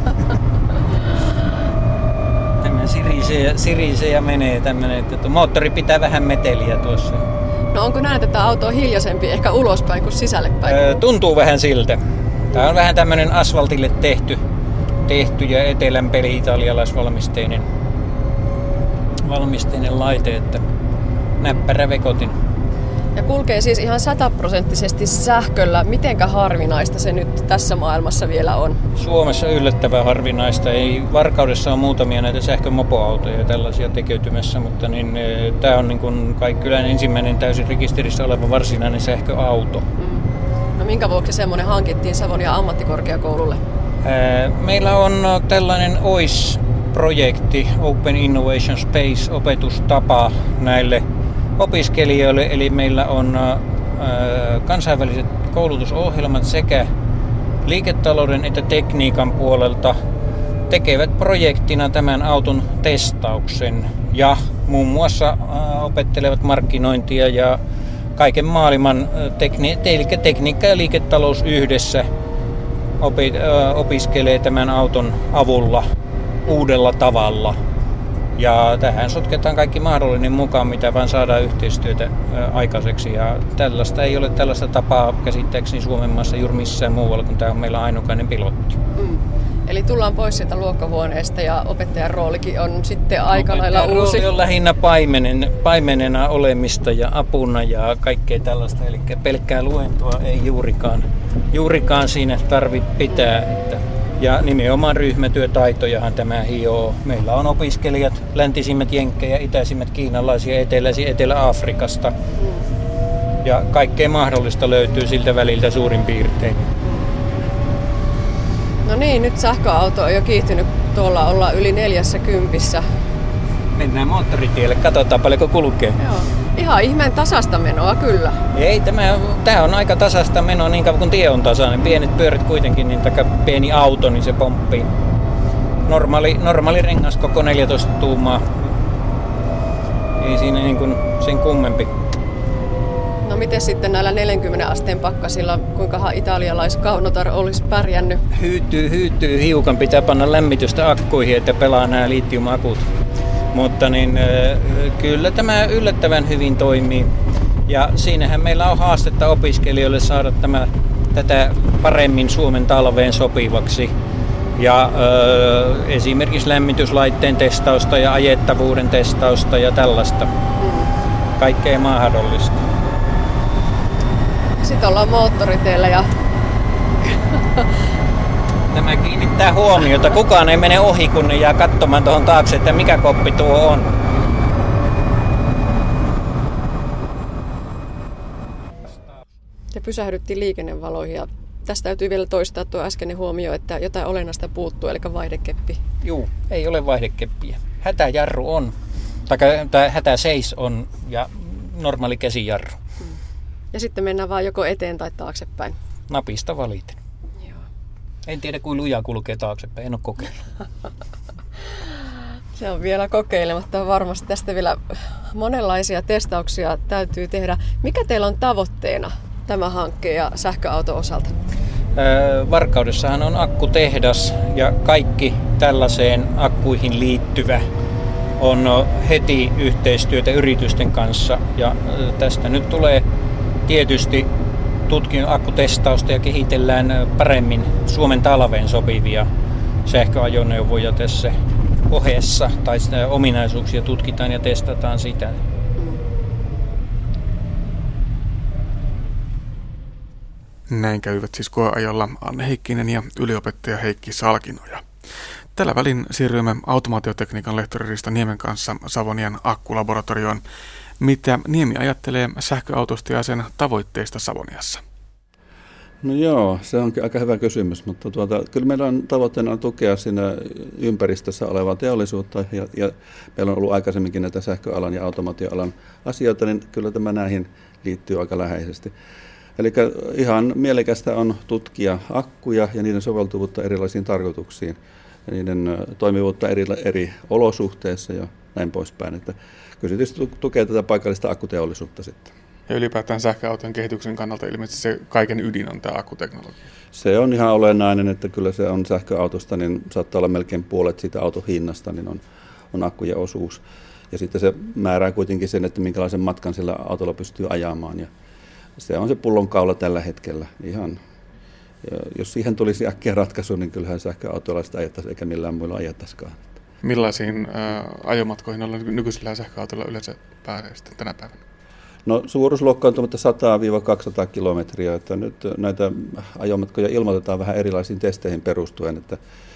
Tämä sirisee ja, sirisee ja menee tämmöinen, että moottori pitää vähän meteliä tuossa. No onko näin, että tämä auto on hiljaisempi ehkä ulospäin kuin sisälle päin? Öö, tuntuu vähän siltä. Tämä on vähän tämmöinen asfaltille tehty, tehty ja etelän peli italialaisvalmisteinen valmisteinen laite, että näppärä vekotin. Ja kulkee siis ihan sataprosenttisesti sähköllä. Mitenkä harvinaista se nyt tässä maailmassa vielä on? Suomessa yllättävän harvinaista. Ei, Varkaudessa on muutamia näitä sähkömopoautoja ja tällaisia tekeytymässä, mutta niin, e, tämä on niin kuin Kaikkylän ensimmäinen täysin rekisterissä oleva varsinainen sähköauto. Mm. No minkä vuoksi semmoinen hankittiin Savonia ammattikorkeakoululle? Ää, meillä on tällainen O I S-projekti, Open Innovation Space, opetustapa näille opiskelijoille, eli meillä on ä, kansainväliset koulutusohjelmat sekä liiketalouden että tekniikan puolelta tekevät projektina tämän auton testauksen ja muun muassa ä, opettelevat markkinointia ja kaiken maailman tekni- eli tekniikka ja liiketalous yhdessä opi- ä, opiskelee tämän auton avulla uudella tavalla. Ja tähän sotketaan kaikki mahdollinen mukaan, mitä vaan saadaan yhteistyötä aikaiseksi. Ja tällaista ei ole tällaista tapaa käsittääkseni Suomen maassa juuri missään muualla, kun tämä on meillä ainokainen pilotti. Mm. Eli tullaan pois sieltä luokkahuoneesta ja opettajan roolikin on sitten aika lailla uusi. Rooli on lähinnä paimenen, paimenena olemista ja apuna ja kaikkea tällaista. Eli pelkkää luentoa ei juurikaan, juurikaan siinä tarvitse pitää. Että ja nimenomaan ryhmätyötaitojahan tämä hioo. Meillä on opiskelijat läntisimmät jenkkejä, itäisimmät kiinalaisia, eteläisiä Etelä-Afrikasta. Ja kaikkea mahdollista löytyy siltä väliltä suurin piirtein. No niin, nyt sähköauto on jo kiihtynyt. Tuolla ollaan yli neljässä kympissä. Mennään moottoritielle, katsotaan paljonko kulkee. Joo. Ihan ihmeen tasasta menoa kyllä. Ei, tämä, tämä on aika tasasta menoa niin kauan kun tie on tasainen. Pienet pyörät kuitenkin, niin taikka pieni auto, niin se pomppii. Normaali, normaali rengas koko neljätoista tuumaa. Ei siinä niin kuin sen kummempi. No miten sitten näillä neljänkymmenen asteen pakkasilla, kuinkahan italialaiskaunotar olisi pärjännyt? Hyytyy, hyytyy hiukan. Pitää panna lämmitystä akkuihin, että pelaa nämä litiumakut. Mutta niin, kyllä tämä yllättävän hyvin toimii. Ja siinähän meillä on haastetta opiskelijoille saada tämä, tätä paremmin Suomen talveen sopivaksi. Ja ö, esimerkiksi lämmityslaitteen testausta ja ajettavuuden testausta ja tällaista. Kaikkea mahdollista. Sitten ollaan moottoriteillä ja tämä kiinnittää huomiota. Kukaan ei mene ohi, kun ne jää katsomaan tuohon taakse, että mikä koppi tuo on. Te pysähdyttiin liikennevaloihin ja tästä täytyy vielä toistaa tuo äskeinen huomio, että jotain olennaista puuttuu, eli vaihdekeppi. Juu, ei ole vaihdekeppiä. Hätäjarru on, tai hätäseis on ja normaali käsijarru. Ja sitten mennään vaan joko eteen tai taaksepäin. Napista valiten. Joo. En tiedä, kuin luja kulkee taaksepäin, en ole kokeillut. Se on vielä kokeilematta. Varmasti tästä vielä monenlaisia testauksia täytyy tehdä. Mikä teillä on tavoitteena tämän hankkeen ja sähköauton osalta? Öö, Varkaudessahan on akkutehdas ja kaikki tällaiseen akkuihin liittyvä on heti yhteistyötä yritysten kanssa. Ja tästä nyt tulee tietysti tutkin akkutestausta ja kehitellään paremmin Suomen talveen sopivia sähköajoneuvoja tässä ohessa, tai sitä ominaisuuksia tutkitaan ja testataan sitä. Näin käyvät siis koeajolla Anne Heikkinen ja yliopettaja Heikki Salkinoja. Tällä välin siirrymme automaatiotekniikan lehtori Risto Niemen kanssa Savonian akkulaboratorioon. Mitä Niemi ajattelee sähköautosta ja sen tavoitteista Savoniassa? No joo, se onkin aika hyvä kysymys, mutta tuota, kyllä meillä on tavoitteena tukea siinä ympäristössä olevaa teollisuutta ja, ja meillä on ollut aikaisemminkin näitä sähköalan ja automaatioalan asioita, niin kyllä tämä näihin liittyy aika läheisesti. Eli ihan mielekästä on tutkia akkuja ja niiden soveltuvuutta erilaisiin tarkoituksiin ja niiden toimivuutta eri, eri olosuhteissa ja näin poispäin. Että kyllä se tietysti tukee tätä paikallista akkuteollisuutta sitten. Ja ylipäätään sähköautojen kehityksen kannalta ilmeisesti se kaiken ydin on tämä akkuteknologia. Se on ihan olennainen, että kyllä se on sähköautosta, niin saattaa olla melkein puolet siitä auton hinnasta, niin on, on akkujen osuus. Ja sitten se määrää kuitenkin sen, että minkälaisen matkan sillä autolla pystyy ajamaan. Ja se on se pullonkaula tällä hetkellä. Ihan, ja jos siihen tulisi äkkiä ratkaisu, niin kyllähän sähköautoilla sitä ajettaisiin eikä millään muilla ajettaisikaan. Millaisiin ää, ajomatkoihin olla nykyisillä sähköautoilla yleensä pääsee sitten tänä päivänä? No suuruusluokka on sata kaksisataa kilometriä, että nyt näitä ajomatkoja ilmoitetaan vähän erilaisiin testeihin perustuen, että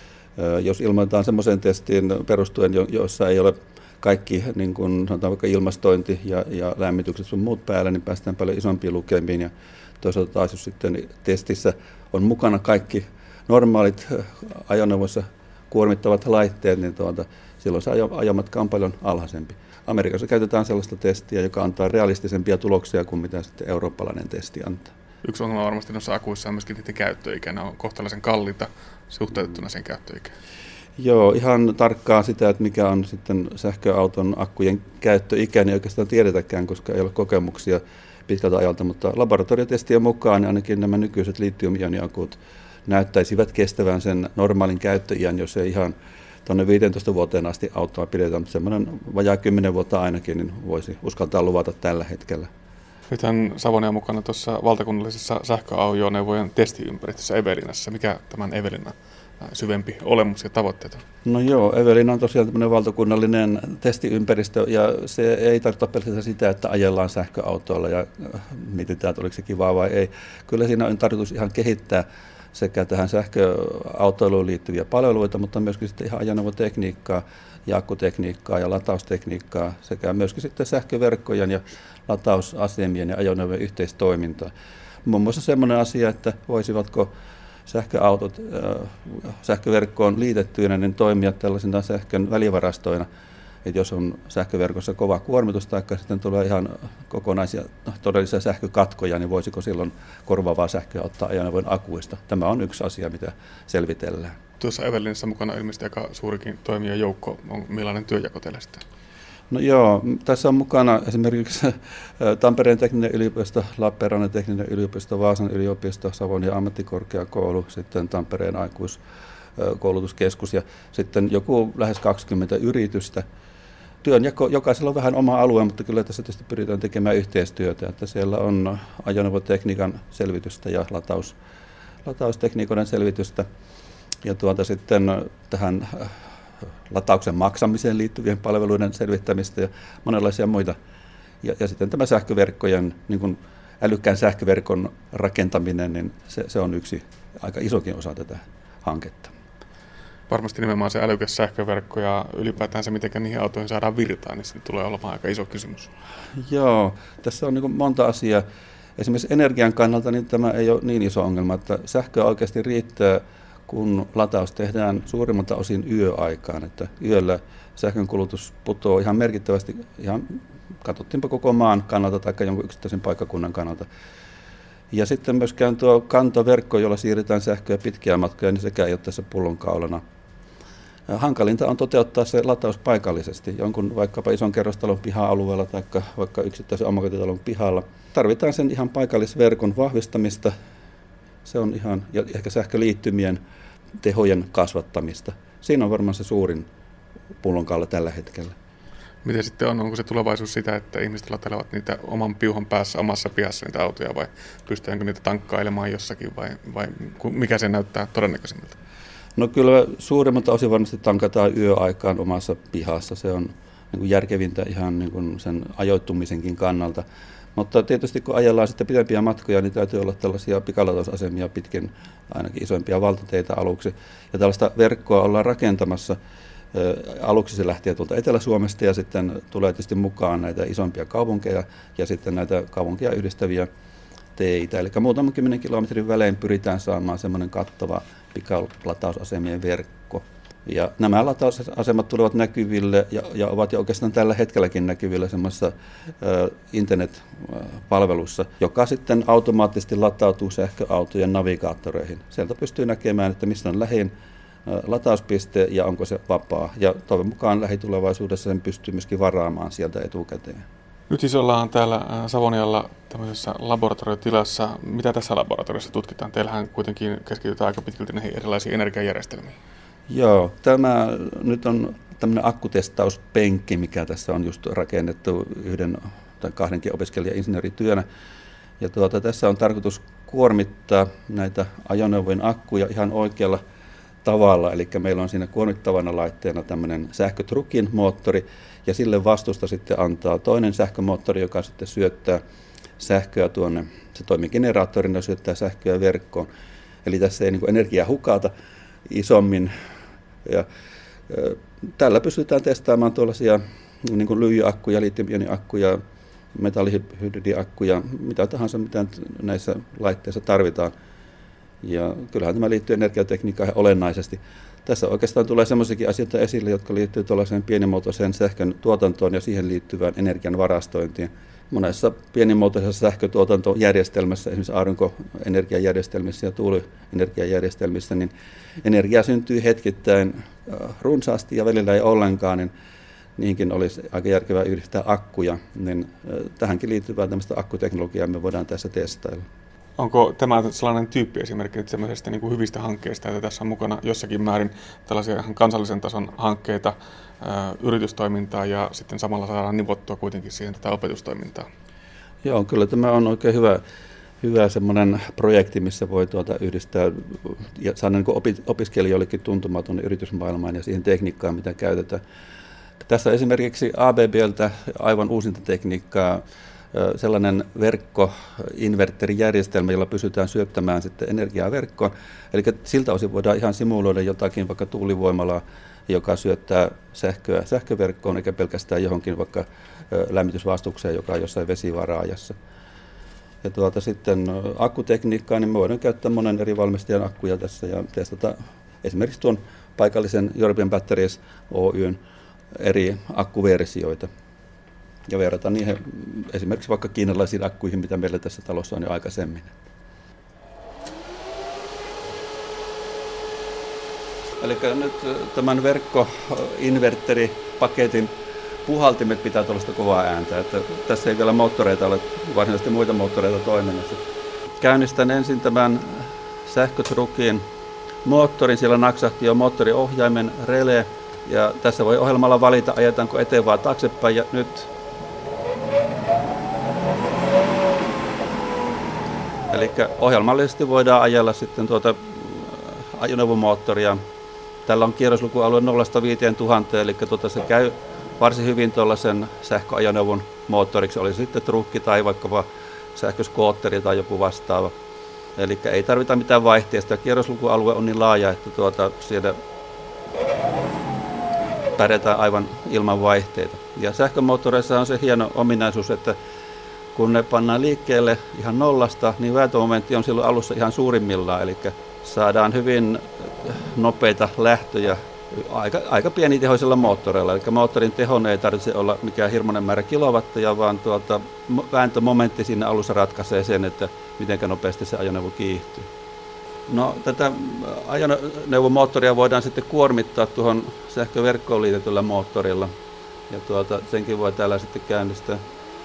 jos ilmoitetaan semmoiseen testiin perustuen, jossa ei ole kaikki niin kuin sanotaan vaikka ilmastointi ja, ja lämmitykset sun muut päällä, niin päästään paljon isompiin lukemiin ja toisaalta taas jos sitten testissä on mukana kaikki normaalit ajoneuvoissa kuormittavat laitteet, niin tuota, silloin se ajomatka on paljon alhaisempi. Amerikassa käytetään sellaista testiä, joka antaa realistisempia tuloksia kuin mitä sitten eurooppalainen testi antaa. Yksi ongelma varmasti noissa akuissa on myöskin niiden käyttöikä. Ne on kohtalaisen kalliita suhteutettuna sen käyttöikään. Joo, ihan tarkkaan sitä, että mikä on sitten sähköauton akkujen käyttöikä, niin oikeastaan tiedetäkään, koska ei ole kokemuksia pitkältä ajalta, mutta laboratoriotestien mukaan niin ainakin nämä nykyiset litium-ioniakut näyttäisivät kestävän sen normaalin käyttöiän, jos ei ihan tuonne viisitoista vuoteen asti autoa pidetään, mutta semmoinen vajaa kymmenen vuotta ainakin, niin voisi uskaltaa luvata tällä hetkellä. Nythän Savonia on mukana tuossa valtakunnallisessa sähköajoneuvojen testiympäristössä Evelinassa. Mikä tämän Evelinan syvempi olemus ja tavoitteet on? No joo, Evelina on tosiaan tämmöinen valtakunnallinen testiympäristö, ja se ei tarkoita pelkästään sitä, että ajellaan sähköautoilla ja mietitään, että oliko se kivaa vai ei. Kyllä siinä on tarkoitus ihan kehittää sekä tähän sähköautoiluun liittyviä palveluita, mutta myöskin sitten ihan ajoneuvotekniikkaa ja akkutekniikkaa ja lataustekniikkaa sekä myöskin sitten sähköverkkojen ja latausasemien ja ajoneuvojen yhteistoimintaa. Muun muassa semmoinen asia, että voisivatko sähköautot sähköverkkoon liitettyinä niin toimia tällaisina sähkön välivarastoina, että jos on sähköverkossa kova kuormitus tai sitten tulee ihan kokonaisia todellisia sähkökatkoja, niin voisiko silloin korvaavaa sähköä ottaa ajoneuvojen akuista? Tämä on yksi asia, mitä selvitellään. Tuossa Evelinassa mukana ilmeisesti aika suurikin toimijajoukko. On millainen työjako teillä sitten? No joo, tässä on mukana esimerkiksi Tampereen tekninen yliopisto, Lappeenrannan tekninen yliopisto, Vaasan yliopisto, Savonia ammattikorkeakoulu, sitten Tampereen aikuiskoulutuskeskus ja sitten joku lähes kaksikymmentä yritystä. Työnjako, jokaisella on vähän oma alue, mutta kyllä tässä tietysti pyritään tekemään yhteistyötä, että siellä on ajoneuvotekniikan selvitystä ja lataus, lataustekniikoiden selvitystä ja tuota sitten tähän latauksen maksamiseen liittyvien palveluiden selvittämistä ja monenlaisia muita. Ja, ja sitten tämä sähköverkkojen, niin kuin älykkään sähköverkon rakentaminen, niin se, se on yksi aika isokin osa tätä hanketta. Varmasti nimenomaan se älykäs sähköverkko ja ylipäätään se, miten niihin autoihin saadaan virtaan, niin se tulee olemaan aika iso kysymys. Joo, tässä on niin kuin monta asiaa. Esimerkiksi energian kannalta niin tämä ei ole niin iso ongelma, että sähköä oikeasti riittää, kun lataus tehdään suurimmalta osin yöaikaan, että yöllä sähkönkulutus putoaa ihan merkittävästi, ihan katsottiinpa koko maan kannalta tai jonkun yksittäisen paikkakunnan kannalta. Ja sitten myöskään tuo kantoverkko, jolla siirretään sähköä pitkiä matkoja, niin sekään ei ole tässä pullonkaulana. Hankalinta on toteuttaa se lataus paikallisesti, jonkun vaikkapa ison kerrostalon piha-alueella tai vaikka yksittäisen omakotitalon pihalla. Tarvitaan sen ihan paikallisverkon vahvistamista. Se on ihan, ja ehkä sähköliittymien tehojen kasvattamista. Siinä on varmaan se suurin pullonkaula tällä hetkellä. Miten sitten on? Onko se tulevaisuus sitä, että ihmiset latelevat niitä oman piuhan päässä, omassa pihassa niitä autoja, vai pystytäänkö niitä tankkailemaan jossakin, vai, vai mikä se näyttää todennäköisemmältä? No kyllä suurimmalta osin varmasti tankataan yöaikaan omassa pihassa. Se on niin kuin järkevintä ihan niin kuin sen ajoittumisenkin kannalta. Mutta tietysti kun ajellaan sitten pidempiä matkoja, niin täytyy olla tällaisia pikalatausasemia pitkin, ainakin isoimpia valtateitä aluksi. Ja tällaista verkkoa ollaan rakentamassa. Aluksi se lähtee tuolta Etelä-Suomesta ja sitten tulee tietysti mukaan näitä isompia kaupunkeja ja sitten näitä kaupunkia yhdistäviä teitä. Eli muutaman kymmenen kilometrin välein pyritään saamaan semmoinen kattava pikalatausasemien verkko. Ja nämä latausasemat tulevat näkyville ja, ja ovat jo oikeastaan tällä hetkelläkin näkyvillä semmoisessa ö, internet-palvelussa, joka sitten automaattisesti latautuu sähköautojen navigaattoreihin. Sieltä pystyy näkemään, että missä on lähin ö, latauspiste ja onko se vapaa. Ja toivon mukaan lähitulevaisuudessa sen pystyy myöskin varaamaan sieltä etukäteen. Nyt siis ollaan täällä Savonialla tämmöisessä laboratoriotilassa. Mitä tässä laboratoriossa tutkitaan? Teillähän kuitenkin keskitytään aika pitkälti näihin erilaisiin energiajärjestelmiin. Joo, tämä nyt on tämmöinen akkutestauspenkki, mikä tässä on just rakennettu yhden tai kahdenkin opiskelija-insinöörityönä. Ja tuota, tässä on tarkoitus kuormittaa näitä ajoneuvojen akkuja ihan oikealla tavalla. Eli meillä on siinä kuormittavana laitteena tämmöinen sähkötrukin moottori, ja sille vastusta sitten antaa toinen sähkömoottori, joka sitten syöttää sähköä tuonne. Se toimii generaattorina ja syöttää sähköä verkkoon. Eli tässä ei niin kuin energiaa hukata isommin. Ja, ja, tällä pystytään testaamaan tuollaisia niin kuin lyijyakkuja, litium-ioniakkuja, metallihybridiakkuja, mitä tahansa, mitä näissä laitteissa tarvitaan. Ja kyllähän tämä liittyy energiatekniikkaan olennaisesti. Tässä oikeastaan tulee sellaisiakin asioita esille, jotka liittyy tuollaiseen pienimuotoiseen sähkön tuotantoon ja siihen liittyvään energian varastointiin. Monessa pienimuotoisessa sähkötuotantojärjestelmässä, esimerkiksi aurinkoenergiajärjestelmissä ja tuulienergiajärjestelmissä, niin energia syntyy hetkittäin runsaasti ja välillä ei ollenkaan, niin niihinkin olisi aika järkevää yhdistää akkuja. Niin tähänkin liittyvää tämmöistä akkuteknologiaa me voidaan tässä testailla. Onko tämä sellainen tyyppiesimerkki nyt semmoisesta niin kuin hyvistä hankkeista, että tässä on mukana jossakin määrin tällaisia kansallisen tason hankkeita, ää, yritystoimintaa ja sitten samalla saadaan nivottua kuitenkin siihen tätä opetustoimintaa? Joo, kyllä tämä on oikein hyvä, hyvä semmoinen projekti, missä voi tuota yhdistää ja saada niin kuin opiskelijoillekin tuntumaan tuonne yritysmaailmaan ja siihen tekniikkaan, mitä käytetään. Tässä esimerkiksi A B B:ltä aivan uusinta tekniikkaa, sellainen verkkoinverterijärjestelmä, jolla pystytään syöttämään sitten energiaa verkkoon. Eli siltä osin voidaan ihan simuloida jotakin vaikka tuulivoimalaa, joka syöttää sähköä sähköverkkoon, eikä pelkästään johonkin vaikka lämmitysvastukseen, joka on jossain vesivaraajassa. Ja tuota, sitten akkutekniikkaa, niin me voidaan käyttää monen eri valmistajan akkuja tässä ja testata esimerkiksi tuon paikallisen European Batteries Oy:n eri akkuversioita. Ja verrata niihin esimerkiksi vaikka kiinalaisiin akkuihin, mitä meillä tässä talossa on jo aikaisemmin. Eli nyt tämän verkkoinverteripaketin puhaltimet pitää tuollaista kovaa ääntä. Että tässä ei vielä moottoreita ole, varsinaisesti muita moottoreita toiminnassa. Käynnistän ensin tämän sähkötrukin moottorin. Siellä naksahti jo moottoriohjaimen relé. Ja tässä voi ohjelmalla valita, ajetaanko eteen vai taaksepäin. Ja nyt eli ohjelmallisesti voidaan ajella sitten tuota ajoneuvomoottoria. Tällä on kierroslukualue nollasta viiteentuhanteen, eli tuota se käy varsin hyvin tuollaisen sähköajoneuvon moottoriksi, oli sitten trukki tai vaikkapa sähköskootteri tai joku vastaava. Eli ei tarvita mitään vaihteista. Kierroslukualue on niin laaja, että tuota siellä pärjätään aivan ilman vaihteita. Ja sähkömoottoreissa on se hieno ominaisuus, että kun ne pannaan liikkeelle ihan nollasta, niin vääntömomentti on silloin alussa ihan suurimmillaan, eli saadaan hyvin nopeita lähtöjä aika, aika pienitehoisilla moottoreilla. Eli moottorin tehon ei tarvitse olla mikään hirmoinen määrä kilowatteja, vaan tuota, vääntömomentti siinä alussa ratkaisee sen, että miten nopeasti se ajoneuvo kiihtyy. No, tätä ajoneuvomoottoria voidaan sitten kuormittaa tuohon sähköverkkoon liitetyllä moottorilla, ja tuota, senkin voi täällä sitten käynnistää.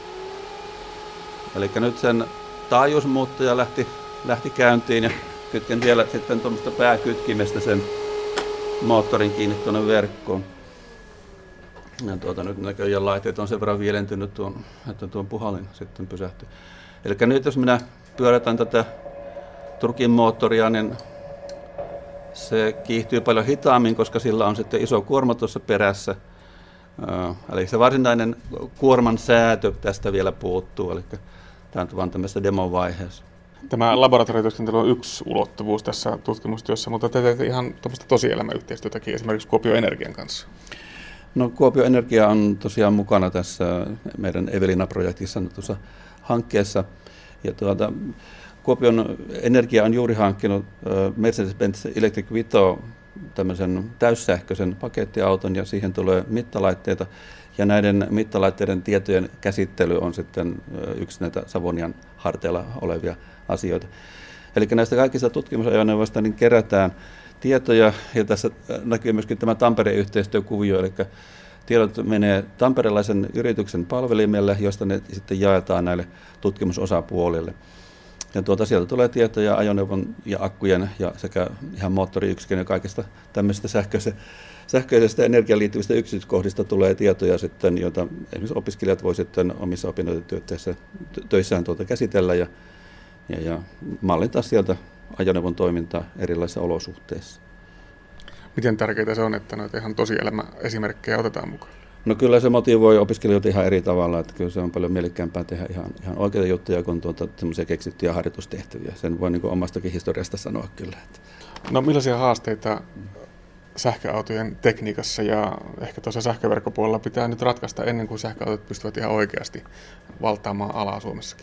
Eli nyt sen taajuusmuuttaja lähti, lähti käyntiin ja kytken vielä sitten tuommoista pääkytkimestä sen moottorin kiinni tuonne verkkoon. Ja tuota, nyt näköjään laitteet on sen verran vielentynyt, tuon, että tuon puhallin sitten pysähtyy. Eli nyt jos minä pyörätän tätä trukin moottoria, niin se kiihtyy paljon hitaammin, koska sillä on sitten iso kuorma tuossa perässä. Eli se varsinainen kuorman säätö tästä vielä puuttuu, eli tämä on vain tämmöisessä demovaiheessa. Tämä laboratoriotyöskentely on yksi ulottuvuus tässä tutkimustyössä, mutta te teette ihan tuommoista tosielämäyhteistyötäkin esimerkiksi Kuopion Energian kanssa. No, Kuopion Energia on tosiaan mukana tässä meidän Evelina-projektissa tuossa hankkeessa. Ja tuota, Kuopion Energia on juuri hankkinut Mercedes-Benz Electric Vito tämmöisen täyssähköisen pakettiauton ja siihen tulee mittalaitteita. Ja näiden mittalaitteiden tietojen käsittely on sitten yksi näitä Savonian harteilla olevia asioita. Eli näistä kaikista tutkimusajoneuvoista niin kerätään tietoja, ja tässä näkyy myöskin tämä Tampereen yhteistyökuvio, eli tiedot menee tamperelaisen yrityksen palvelimelle, josta ne sitten jaetaan näille tutkimusosapuolille. Ja tuolta sieltä tulee tietoja ajoneuvon ja akkujen ja sekä ihan moottoriyksikön ja kaikista tämmöisistä sähköisestä, sähköisestä energiaan liittyvistä yksityiskohdista tulee tietoja sitten, joita esimerkiksi opiskelijat voi sitten omissa opintotöissään tuolta käsitellä ja, ja, ja mallintaa sieltä ajoneuvon toimintaa erilaisissa olosuhteissa. Miten tärkeää se on, että noita ihan tosielämäesimerkkejä otetaan mukaan? No kyllä se motivoi opiskelijoita ihan eri tavalla, että kyllä se on paljon mielekkäämpää tehdä ihan, ihan oikeita juttuja kuin tuota, semmoisia keksittyjä harjoitustehtäviä. Sen voi niin kuin omastakin historiasta sanoa kyllä. No millaisia haasteita sähköautojen tekniikassa ja ehkä tuossa sähköverkkopuolella pitää nyt ratkaista ennen kuin sähköautot pystyvät ihan oikeasti valtaamaan alaa Suomessakin?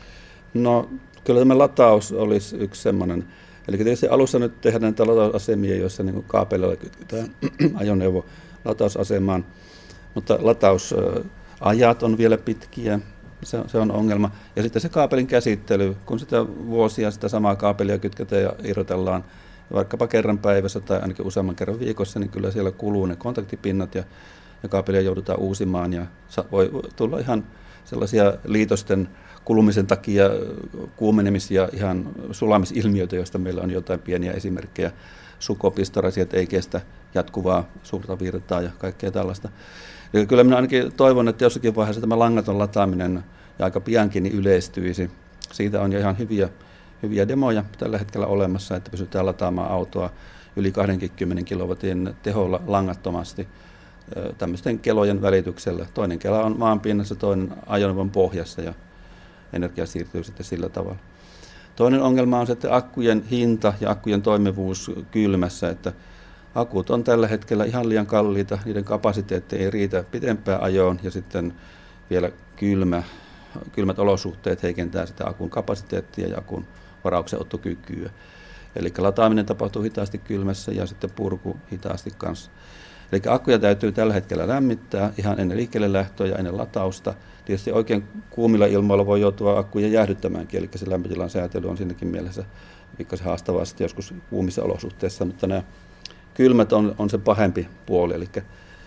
No kyllä tämä lataus olisi yksi semmoinen. Eli tietysti alussa nyt tehdään näitä latausasemia, joissa niin kaapeleilla kytketään ajoneuvo latausasemaan, mutta latausajat on vielä pitkiä, se, se on ongelma. Ja sitten se kaapelin käsittely, kun sitä vuosia sitä samaa kaapelia kytketään ja irrotellaan vaikkapa kerran päivässä tai ainakin useamman kerran viikossa, niin kyllä siellä kuluu ne kontaktipinnat ja, ja kaapelia joudutaan uusimaan ja voi tulla ihan sellaisia liitosten kulumisen takia kuumenemis- ja ihan sulamisilmiöitä, joista meillä on jotain pieniä esimerkkejä. Sukopistorasiat ei kestä jatkuvaa suurta virtaa ja kaikkea tällaista. Eli kyllä minä ainakin toivon, että jossakin vaiheessa tämä langaton lataaminen ja aika piankin niin yleistyisi. Siitä on jo ihan hyviä, hyviä demoja tällä hetkellä olemassa, että pystytään lataamaan autoa yli kaksikymmentä kilowatin teholla langattomasti tämmöisten kelojen välityksellä. Toinen kela on maanpinnassa, toinen ajoneuvon pohjassa ja energia siirtyy sitten sillä tavalla. Toinen ongelma on sitten akkujen hinta ja akkujen toimivuus kylmässä, että akut on tällä hetkellä ihan liian kalliita, niiden kapasiteetti ei riitä pitempään ajoon ja sitten vielä kylmä, kylmät olosuhteet heikentää sitä akun kapasiteettia ja akun varauksenottokykyä. Eli lataaminen tapahtuu hitaasti kylmässä ja sitten purku hitaasti kanssa. Eli akkuja täytyy tällä hetkellä lämmittää ihan ennen liikkeelle lähtöä ja ennen latausta. Tietysti oikein kuumilla ilmoilla voi joutua akkuja jäähdyttämäänkin, eli se lämpötilan säätely on siinäkin mielessä pikkasen haastavaa joskus kuumissa olosuhteissa, mutta nämä kylmät on, on se pahempi puoli. Eli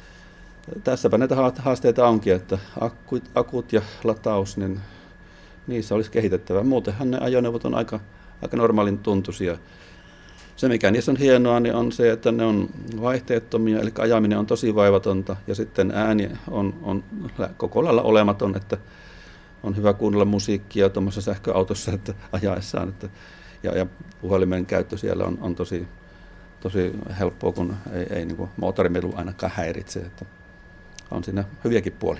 tässäpä näitä haasteita onkin, että akut, akut ja lataus, niin niissä olisi kehitettävä. Muutenhan ne ajoneuvot on aika, aika normaalin tuntuisia. Se, mikä niissä on hienoa, niin on se, että ne on vaihteettomia, eli ajaminen on tosi vaivatonta, ja sitten ääni on, on koko lailla olematon, että on hyvä kuunnella musiikkia tuommoisessa sähköautossa että ajaessaan, että, ja, ja puhelimen käyttö siellä on, on tosi, tosi helppoa, kun ei, ei niin kuin moottorimelu ainakaan häiritse, että on siinä hyviäkin puolia.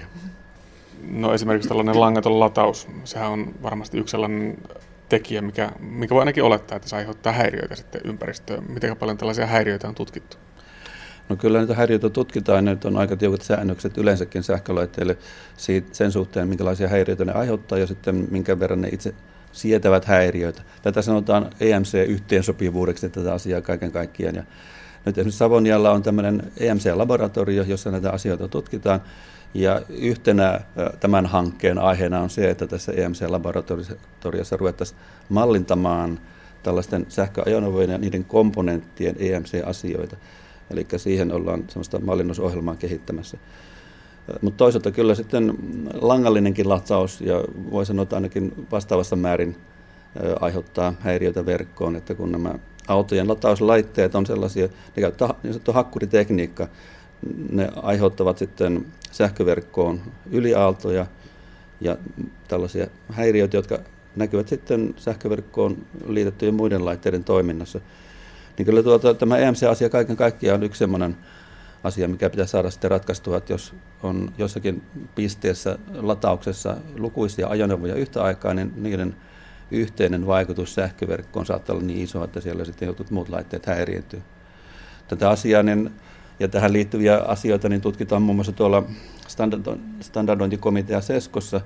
No esimerkiksi tällainen langaton lataus, sehän on varmasti yksi sellainen tekijä, mikä, mikä voi ainakin olettaa, että se aiheuttaa häiriöitä sitten ympäristöön. Miten paljon tällaisia häiriöitä on tutkittu? No kyllä näitä häiriöitä tutkitaan, nyt on aika tiukat säännökset yleensäkin sähkölaitteille siitä, sen suhteen, minkälaisia häiriöitä ne aiheuttaa ja sitten minkä verran ne itse sietävät häiriöitä. Tätä sanotaan E M C-yhteensopivuudeksi tätä asiaa kaiken kaikkiaan. Ja nyt esimerkiksi Savonialla on tämmöinen E M C-laboratorio, jossa näitä asioita tutkitaan. Ja yhtenä tämän hankkeen aiheena on se, että tässä E M C-laboratoriossa ruvettaisiin mallintamaan tällaisten sähköajoneuvojen ja niiden komponenttien E M C-asioita. Eli siihen ollaan sellaista mallinnusohjelmaa kehittämässä. Mutta toisaalta kyllä sitten langallinenkin lataus, ja voi sanoa, että ainakin vastaavassa määrin aiheuttaa häiriötä verkkoon, että kun nämä autojen latauslaitteet on sellaisia, ne käyttää niin sanottu hakkuritekniikka, ne aiheuttavat sitten sähköverkkoon yliaaltoja ja tällaisia häiriöitä, jotka näkyvät sitten sähköverkkoon liitettyjen muiden laitteiden toiminnassa. Niin kyllä tuota, tämä E M C-asia kaiken kaikkiaan on yksi sellainen asia, mikä pitää saada sitten ratkaistua, että jos on jossakin pisteessä latauksessa lukuisia ajoneuvoja yhtä aikaa, niin niiden yhteinen vaikutus sähköverkkoon saattaa olla niin iso, että siellä sitten jotkut muut laitteet häiriintyy. Tätä asiaa niin, ja tähän liittyviä asioita niin tutkitaan muun muassa tuolla standardointikomitea Seskossa,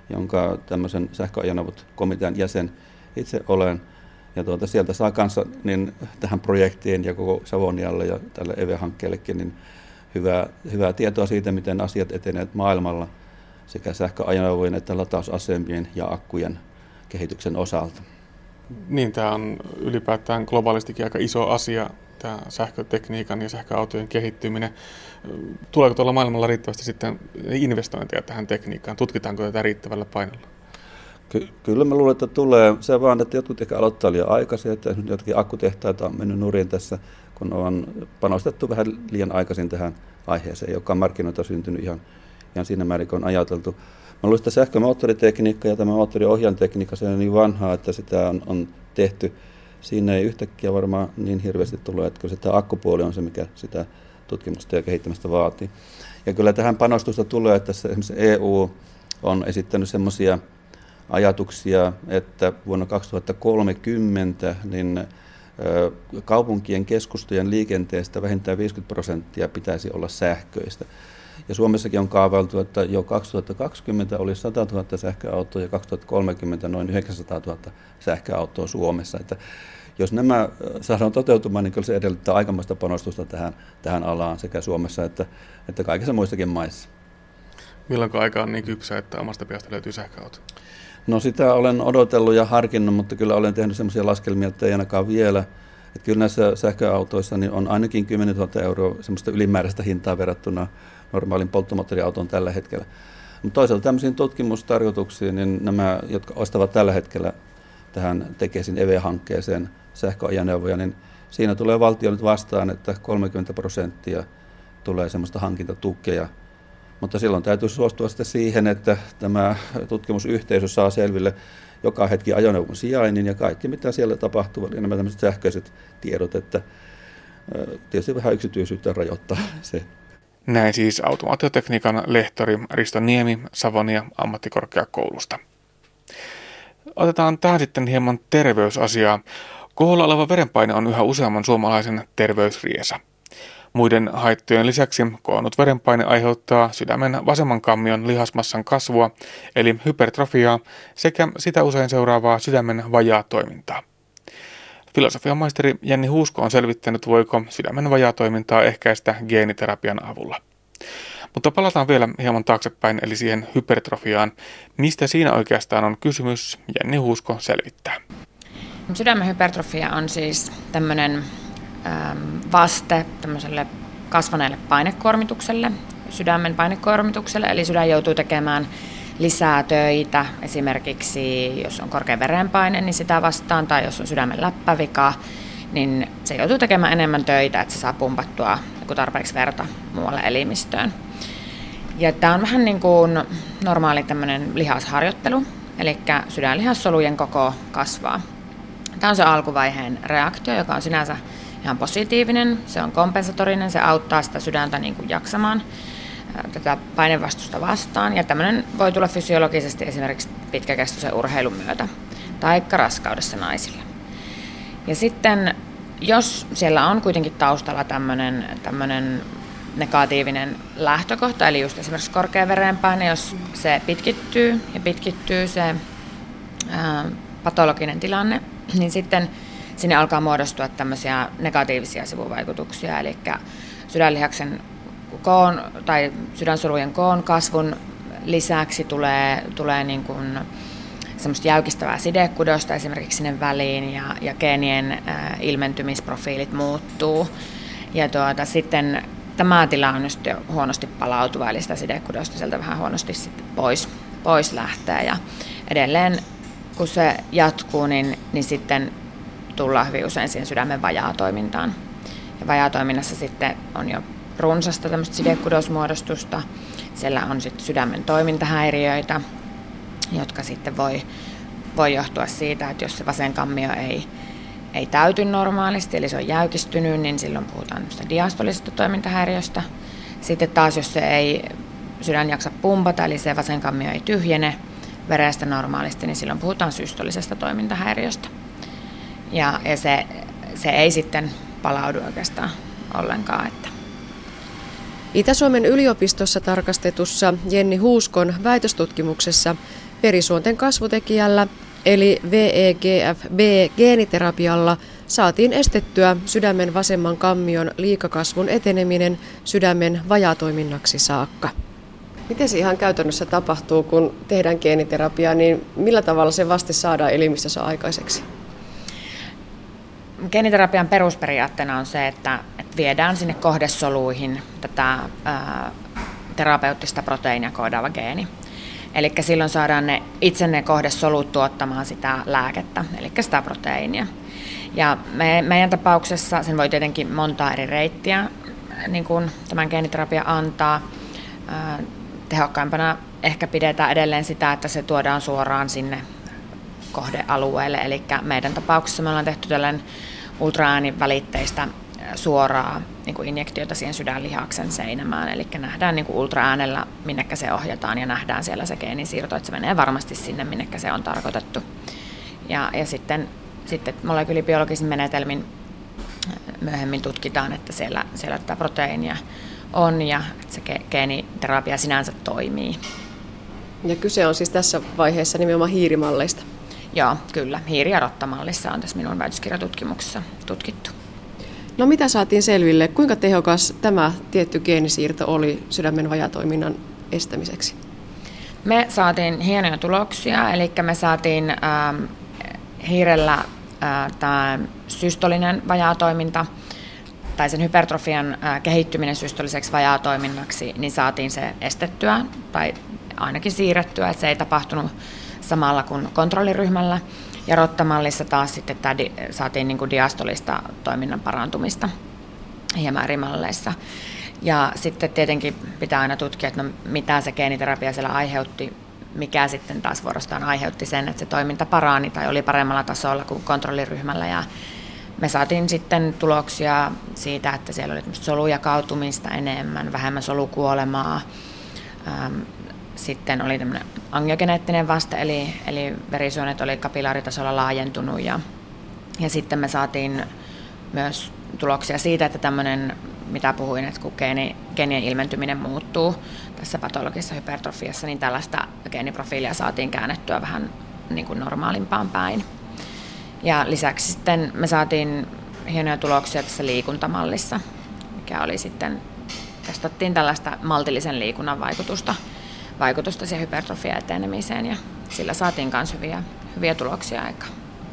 jonka tämmöisen sähköajoneuvot komitean jäsen itse olen. Ja tuota, sieltä saa kanssa niin tähän projektiin ja koko Savonialle ja tälle E V-hankkeellekin niin hyvää, hyvää tietoa siitä, miten asiat etenevät maailmalla sekä sähköajoneuvojen että latausasemien ja akkujen kehityksen osalta. Niin, tämä on ylipäätään globaalistikin aika iso asia, tämä sähkötekniikan ja sähköautojen kehittyminen. Tuleeko tuolla maailmalla riittävästi sitten investointeja tähän tekniikkaan? Tutkitaanko tätä riittävällä painolla? Ky- kyllä mä luulen, että tulee. Se vaan, että jotkut ehkä aloittaa liian aikaisin, että jotkin akkutehtaita on mennyt nurin tässä, kun on panostettu vähän liian aikaisin tähän aiheeseen, joka on markkinoita syntynyt ihan, ihan siinä määrin, kun on ajateltu. Mä luulen, että sähkömoottoritekniikka ja tämä moottoriohjaintekniikka, se on niin vanhaa, että sitä on, on tehty. Siinä ei yhtäkkiä varmaan niin hirveästi tule, että kyllä tämä akkupuoli on se, mikä sitä tutkimusta ja kehittämistä vaatii. Ja kyllä tähän panostusta tulee, että esimerkiksi E U on esittänyt semmoisia ajatuksia, että vuonna kaksituhattakolmekymmentä niin kaupunkien keskustojen liikenteestä vähintään viisikymmentä prosenttia pitäisi olla sähköistä. Ja Suomessakin on kaavailtu, että jo kaksituhattakaksikymmentä oli sata tuhatta sähköautoa ja kaksituhattakolmekymmentä noin yhdeksänsataatuhatta sähköautoa Suomessa. Että jos nämä saadaan toteutumaan, niin kyllä se edellyttää aikamoista panostusta tähän, tähän alaan sekä Suomessa että, että kaikissa muissakin maissa. Milloinko aika on niin kypsä, että omasta päästä löytyy sähköauto? No sitä olen odotellut ja harkinnut, mutta kyllä olen tehnyt sellaisia laskelmia, että ei ainakaan vielä. Että kyllä näissä sähköautoissa niin on ainakin kymmenen tuhatta euroa semmoista ylimääräistä hintaa verrattuna normaalin polttomoottoriautoon tällä hetkellä. Mutta toisaalta tämmöisiin tutkimustarkoituksiin, niin nämä, jotka ostavat tällä hetkellä tähän Tekesin E V-hankkeeseen sähköajoneuvoja, niin siinä tulee valtio nyt vastaan, että kolmekymmentä prosenttia tulee semmoista hankintatukea. Mutta silloin täytyy suostua sitten siihen, että tämä tutkimusyhteisö saa selville joka hetki ajoneuvon sijainnin ja kaikki, mitä siellä tapahtuu, eli nämä tämmöiset sähköiset tiedot, että tietysti vähän yksityisyyttä rajoittaa se. Näin siis automaatiotekniikan lehtori Risto Niemi Savonia ammattikorkeakoulusta. Otetaan tähän sitten hieman terveysasiaa. Koholla oleva verenpaine on yhä useamman suomalaisen terveysriesa. Muiden haittojen lisäksi kohonnut verenpaine aiheuttaa sydämen vasemman kammion lihasmassan kasvua, eli hypertrofiaa, sekä sitä usein seuraavaa sydämen vajaatoimintaa. Filosofian maisteri Jenni Huusko on selvittänyt, voiko sydämen vajaatoimintaa ehkäistä geeniterapian avulla. Mutta palataan vielä hieman taaksepäin, eli siihen hypertrofiaan. Mistä siinä oikeastaan on kysymys, Jenni Huusko selvittää. Sydämen hypertrofia on siis tämmöinen vaste tämmöiselle kasvaneelle painekuormitukselle, sydämen painekuormitukselle, eli sydän joutuu tekemään lisää töitä, esimerkiksi jos on korkea verenpaine, niin sitä vastaan, tai jos on sydämen läppävika, niin se joutuu tekemään enemmän töitä, että se saa pumpattua tarpeeksi verta muualle elimistöön. Ja tämä on vähän niin kuin normaali tämmöinen lihasharjoittelu, eli sydänlihassolujen koko kasvaa. Tämä on se alkuvaiheen reaktio, joka on sinänsä ihan positiivinen, se on kompensatorinen, se auttaa sitä sydäntä niin kuin jaksamaan tätä painevastusta vastaan. Ja tämmöinen voi tulla fysiologisesti esimerkiksi pitkäkestoisen urheilun myötä tai raskaudessa naisilla. Ja sitten jos siellä on kuitenkin taustalla tämmöinen, tämmöinen negatiivinen lähtökohta, eli just esimerkiksi korkea verenpaine, jos se pitkittyy ja pitkittyy se ää, patologinen tilanne, niin sitten sinne alkaa muodostua tämmöisiä negatiivisia sivuvaikutuksia, eli sydänlihaksen koon tai sydänsolujen koon kasvun lisäksi tulee, tulee niin kuin semmoista jäykistävää sidekudosta esimerkiksi sinne väliin ja, ja geenien äh, ilmentymisprofiilit muuttuu. Ja tuota, sitten tämä tila on just huonosti palautuva, eli sitä sidekudosta sieltä vähän huonosti sitten pois, pois lähtee. Ja edelleen kun se jatkuu, niin, niin sitten tullaan hyvin usein siihen sydämen vajaatoimintaan. Ja vajaatoiminnassa sitten on jo runsasta tämmöistä sidekudosmuodostusta. Siellä on sitten sydämen toimintahäiriöitä, jotka sitten voi, voi johtua siitä, että jos se vasen kammio ei, ei täyty normaalisti, eli se on jäykistynyt, niin silloin puhutaan diastolisesta toimintahäiriöstä. Sitten taas, jos se ei sydän jaksa pumpata, eli se vasen kammio ei tyhjene verestä normaalisti, niin silloin puhutaan systolisesta toimintahäiriöstä. Ja, ja se, se ei sitten palaudu oikeastaan ollenkaan. Että. Itä-Suomen yliopistossa tarkastetussa Jenni Huuskon väitöstutkimuksessa verisuonten kasvutekijällä eli V E G F B-geeniterapialla saatiin estettyä sydämen vasemman kammion liikakasvun eteneminen sydämen vajaatoiminnaksi saakka. Miten se ihan käytännössä tapahtuu, kun tehdään geeniterapiaa, niin millä tavalla se vaste saadaan elimistössä aikaiseksi? Geeniterapian perusperiaatteena on se, että, että viedään sinne kohdesoluihin tätä ää, terapeuttista proteiinia koodaava geeni. Eli silloin saadaan ne, itse ne kohdesolut tuottamaan sitä lääkettä, eli sitä proteiinia. Ja me, meidän tapauksessa sen voi tietenkin montaa eri reittiä niin kuin tämän geeniterapia antaa. Ää, tehokkaimpana ehkä pidetään edelleen sitä, että se tuodaan suoraan sinne kohdealueelle. Eli meidän tapauksessa me ollaan tehty tällainen ultraäänivälitteistä suoraa niin kuin injektiota siihen sydänlihaksen seinämään. Eli nähdään niin kuin ultraäänellä, minnekä se ohjataan, ja nähdään siellä se geenisiirto, että se menee varmasti sinne, minnekä se on tarkoitettu. Ja, ja sitten, sitten molekyylibiologisin menetelmin myöhemmin tutkitaan, että siellä, siellä tätä proteiinia on ja että se geeniterapia sinänsä toimii. Ja kyse on siis tässä vaiheessa nimenomaan hiirimalleista. Joo, kyllä. Hiiri- ja rottamallissa on tässä minun väitöskirjatutkimuksessa tutkittu. No mitä saatiin selville? Kuinka tehokas tämä tietty geenisiirto oli sydämen vajaatoiminnan estämiseksi? Me saatiin hienoja tuloksia, eli me saatiin ähm, hiirellä äh, tämä systolinen vajaatoiminta, tai sen hypertrofian äh, kehittyminen systoliseksi vajaatoiminnaksi, niin saatiin se estettyä, tai ainakin siirrettyä, että se ei tapahtunut samalla kuin kontrolliryhmällä. Ja rottamallissa taas sitten tämä di- saatiin niin kuin diastolista toiminnan parantumista hieman eri malleissa. Ja sitten tietenkin pitää aina tutkia, että no, mitä se geeniterapia siellä aiheutti, mikä sitten taas vuorostaan aiheutti sen, että se toiminta parani tai oli paremmalla tasolla kuin kontrolliryhmällä. Ja me saatiin sitten tuloksia siitä, että siellä oli solujakautumista enemmän, vähemmän solukuolemaa. Sitten oli tämmöinen angiogeneettinen vaste, eli, eli verisuonet oli kapilaaritasolla laajentunut. Ja, ja sitten me saatiin myös tuloksia siitä, että tämmöinen, mitä puhuin, että kun geeni, geenien ilmentyminen muuttuu tässä patologisessa hypertrofiassa, niin tällaista geeniprofiilia saatiin käännettyä vähän niin kuin normaalimpaan päin. Ja lisäksi sitten me saatiin hienoja tuloksia tässä liikuntamallissa, mikä oli sitten, testattiin tällaista maltillisen liikunnan vaikutusta, vaikutusta siihen hypertrofian etenemiseen, ja sillä saatiin myös hyviä, hyviä tuloksia aikaan.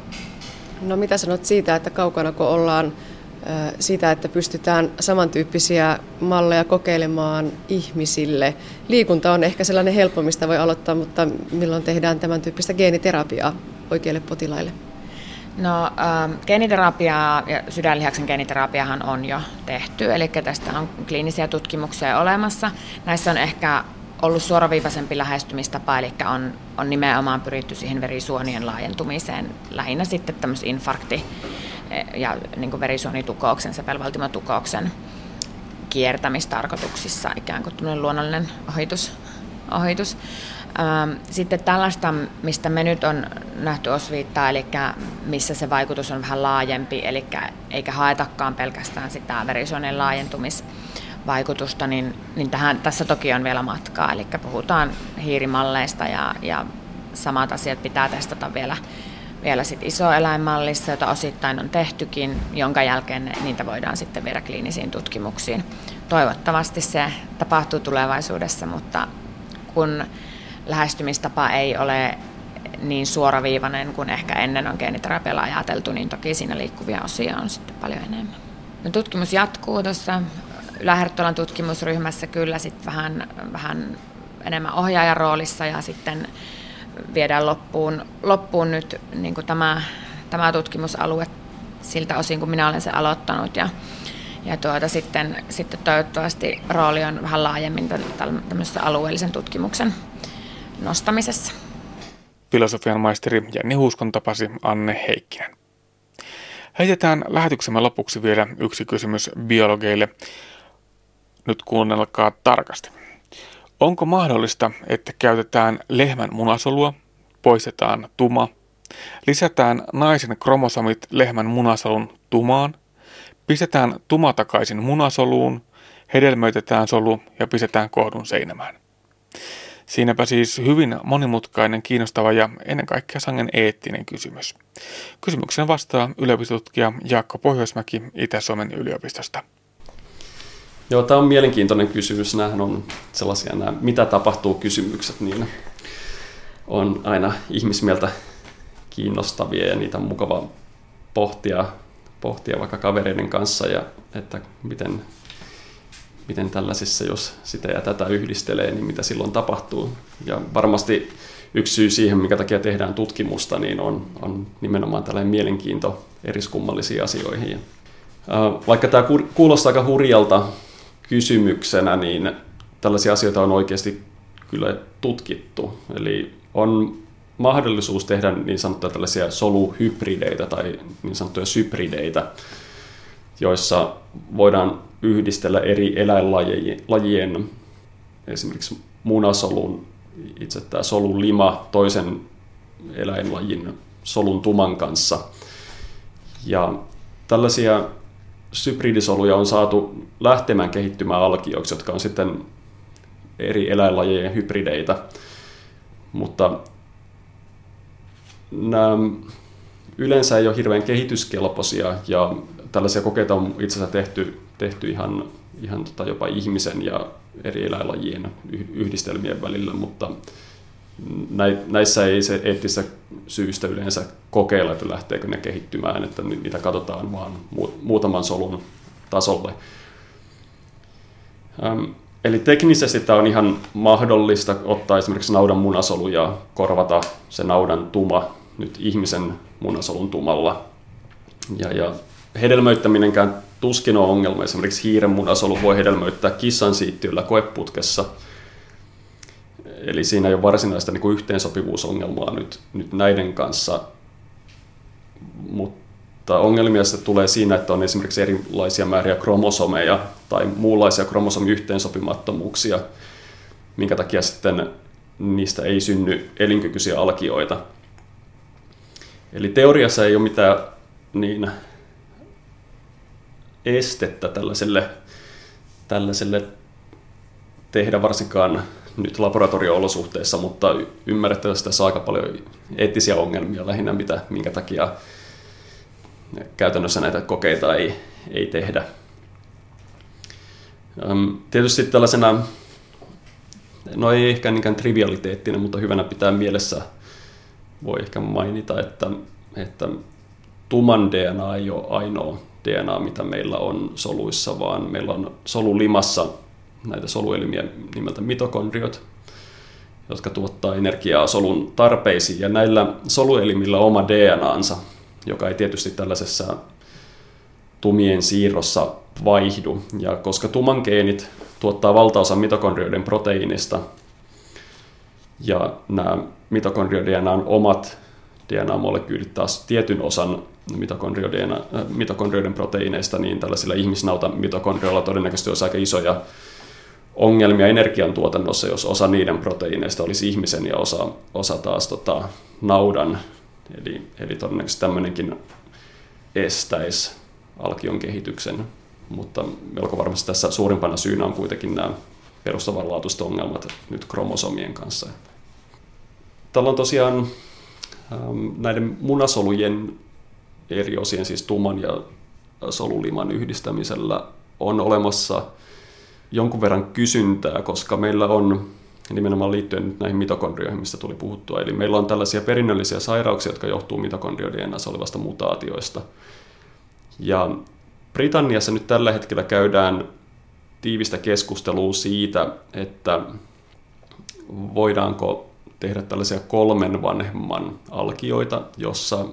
No mitä sanot siitä, että kaukana kun ollaan siitä, että pystytään samantyyppisiä malleja kokeilemaan ihmisille. Liikunta on ehkä sellainen helppo, mistä voi aloittaa, mutta milloin tehdään tämän tyyppistä geeniterapiaa oikeille potilaille? No, äh, geeniterapiaa ja sydänlihaksen geeniterapiahan on jo tehty, eli tästä on kliinisiä tutkimuksia olemassa. Näissä on ehkä ollut suoraviivaisempi lähestymistapa, eli on, on nimenomaan pyritty siihen verisuonien laajentumiseen, lähinnä sitten tämmöisen infarkti- ja niin kuin verisuonitukouksen, sepelvaltimotukouksen kiertämistarkoituksissa, ikään kuin tämmöinen luonnollinen ohitus. ohitus. Sitten tällaista, mistä me nyt on nähty osviittaa, eli missä se vaikutus on vähän laajempi, eli eikä haetakaan pelkästään sitä verisuonien laajentumisvaikutusta, niin, niin tähän, tässä toki on vielä matkaa, eli puhutaan hiirimalleista ja, ja samat asiat pitää testata vielä, vielä sit isoeläinmallissa, jota osittain on tehtykin, jonka jälkeen niitä voidaan sitten viedä kliinisiin tutkimuksiin. Toivottavasti se tapahtuu tulevaisuudessa, mutta kun lähestymistapa ei ole niin suoraviivainen kuin ehkä ennen on geeniterapialla ajateltu, niin toki siinä liikkuvia osia on sitten paljon enemmän. No, tutkimus jatkuu tuossa Ylä-Herttolan tutkimusryhmässä kyllä sitten vähän, vähän enemmän ohjaajan roolissa, ja sitten viedään loppuun, loppuun nyt niin kuin tämä, tämä tutkimusalue siltä osin, kun minä olen sen aloittanut. Ja, ja tuota, sitten, sitten toivottavasti rooli on vähän laajemmin tämmöisessä alueellisen tutkimuksen nostamisessa. Filosofian maisteri Jenni Huuskon tapasi Anne Heikkinen. Heitetään lähetyksemme lopuksi vielä yksi kysymys biologeille. Nyt kuunnelkaa tarkasti. Onko mahdollista, että käytetään lehmän munasolua, poistetaan tuma, lisätään naisen kromosomit lehmän munasolun tumaan, pistetään tuma takaisin munasoluun, hedelmöitetään solu ja pistetään kohdun seinämään? Siinäpä siis hyvin monimutkainen, kiinnostava ja ennen kaikkea sangen eettinen kysymys. Kysymyksen vastaa yliopistotutkija Jaakko Pohjoismäki Itä-Suomen yliopistosta. Joo, tämä on mielenkiintoinen kysymys. Nämähän on sellaisia, nämä mitä tapahtuu kysymykset, niin on aina ihmismieltä kiinnostavia ja niitä on mukava pohtia, pohtia vaikka kavereiden kanssa, ja että miten, miten tällaisissa, jos sitä ja tätä yhdistelee, niin mitä silloin tapahtuu. Ja varmasti yksi syy siihen, minkä takia tehdään tutkimusta, niin on, on nimenomaan tällainen mielenkiinto eriskummallisiin asioihin. Vaikka tämä kuulostaa aika hurjalta kysymyksenä, niin tällaisia asioita on oikeasti kyllä tutkittu. Eli on mahdollisuus tehdä niin sanottuja tällaisia soluhybrideitä tai niin sanottuja sybrideitä, joissa voidaan yhdistellä eri eläinlajien, esimerkiksi munasolun, itse tämä solun lima toisen eläinlajin solun tuman kanssa. Ja tällaisia hybridisoluja on saatu lähtemään kehittymään alkioiksi, jotka on sitten eri eläinlajien hybrideitä, mutta nämä yleensä ei ole hirveän kehityskelpoisia, ja tällaisia kokeita on itse asiassa tehty, tehty ihan, ihan tota jopa ihmisen ja eri eläinlajien yhdistelmien välillä, mutta näissä ei se eettistä syystä yleensä kokeilla, että lähteekö ne kehittymään, että niitä katsotaan vaan muutaman solun tasolle. Eli teknisesti tämä on ihan mahdollista ottaa esimerkiksi naudan munasolu ja korvata se naudan tuma nyt ihmisen munasolun tumalla. Ja, ja hedelmöittäminenkään tuskin on ongelma. Esimerkiksi hiiren munasolu voi hedelmöittää kissan siittiöllä koeputkessa. Eli siinä ei ole varsinaista niin kuin yhteensopivuusongelmaa nyt, nyt näiden kanssa. Mutta ongelmia sitten tulee siinä, että on esimerkiksi erilaisia määriä kromosomeja tai muunlaisia kromosomiyhteensopimattomuuksia, minkä takia sitten niistä ei synny elinkykyisiä alkioita. Eli teoriassa ei ole mitään niin estettä tällaiselle, tällaiselle tehdä varsinkaan nyt laboratorio-olosuhteissa, mutta ymmärrettävästi tässä on aika paljon eettisiä ongelmia lähinnä, mitä, minkä takia käytännössä näitä kokeita ei, ei tehdä. Tietysti tällaisena, no ei ehkä niinkään trivialiteettina, mutta hyvänä pitää mielessä, voi ehkä mainita, että, että tuman D N A ei ole ainoa D N A, mitä meillä on soluissa, vaan meillä on solulimassa näitä soluelimiä nimeltä mitokondriot, jotka tuottaa energiaa solun tarpeisiin. Ja näillä soluelimillä on oma D N A:nsa, joka ei tietysti tällaisessa tumien siirrossa vaihdu. Ja koska tuman geenit tuottaa valtaosan mitokondrioiden proteiinista, ja nämä mitokondrio-D N A:n omat D N A-molekyylit taas tietyn osan mitokondrioiden proteiineista, niin tällaisilla ihmisnautan mitokondrioilla todennäköisesti olisi aika isoja ongelmia energiantuotannossa, jos osa niiden proteiineista olisi ihmisen ja osa, osa taas tota, naudan. Eli, eli todennäköisesti tämmöinenkin estäisi alkion kehityksen, mutta melko varmasti tässä suurimpana syynä on kuitenkin nämä perustavanlaatuiset ongelmat nyt kromosomien kanssa. Tällä on tosiaan ähm, näiden munasolujen eri osien, siis tuman ja soluliman yhdistämisellä on olemassa jonkun verran kysyntää, koska meillä on nimenomaan liittyen nyt näihin mitokondrioihin, mistä tuli puhuttua. Eli meillä on tällaisia perinnöllisiä sairauksia, jotka johtuu mitokondrio-D N A:ssa olevasta mutaatioista. Ja Britanniassa nyt tällä hetkellä käydään tiivistä keskustelua siitä, että voidaanko tehdä tällaisia kolmen vanhemman alkioita, jossa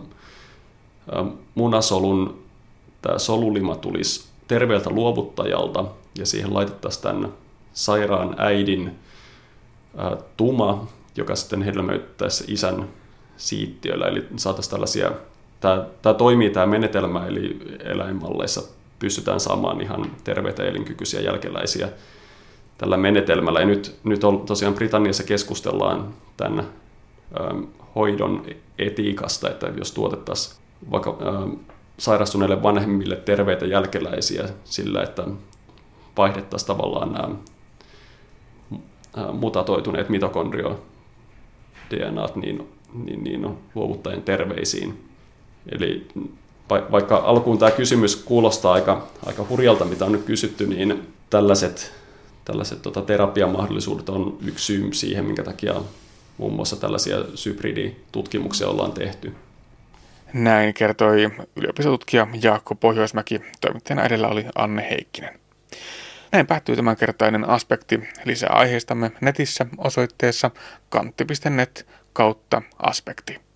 munasolun tämä solulima tulisi terveeltä luovuttajalta ja siihen laitettaisiin tämän sairaan äidin ää, tuma, joka sitten hedelmöittäisi isän siittiöllä. Eli saataisiin tällaisia, tämä, tämä toimii tämä menetelmä, eli eläinmalleissa pystytään saamaan ihan terveitä elinkykyisiä jälkeläisiä tällä menetelmällä. Ja nyt, nyt on, tosiaan Britanniassa keskustellaan tämän ää, hoidon etiikasta, että jos tuotettaisiin vaikka ää, sairastuneille vanhemmille terveitä jälkeläisiä sillä, että vaihdettaisiin tavallaan nämä mutatoituneet mitokondrio D N A:t niin, niin, niin luovuttajien terveisiin. Eli vaikka alkuun tämä kysymys kuulostaa aika, aika hurjalta, mitä on nyt kysytty, niin tällaiset, tällaiset tota, terapiamahdollisuudet on yksi syy siihen, minkä takia muun muassa tällaisia hybriditutkimuksia ollaan tehty. Näin kertoi yliopistotutkija Jaakko Pohjoismäki. Toimittajana edellä oli Anne Heikkinen. Näin päättyy tämänkertainen aspekti. Lisää aiheistamme netissä osoitteessa kantti piste net kautta aspekti.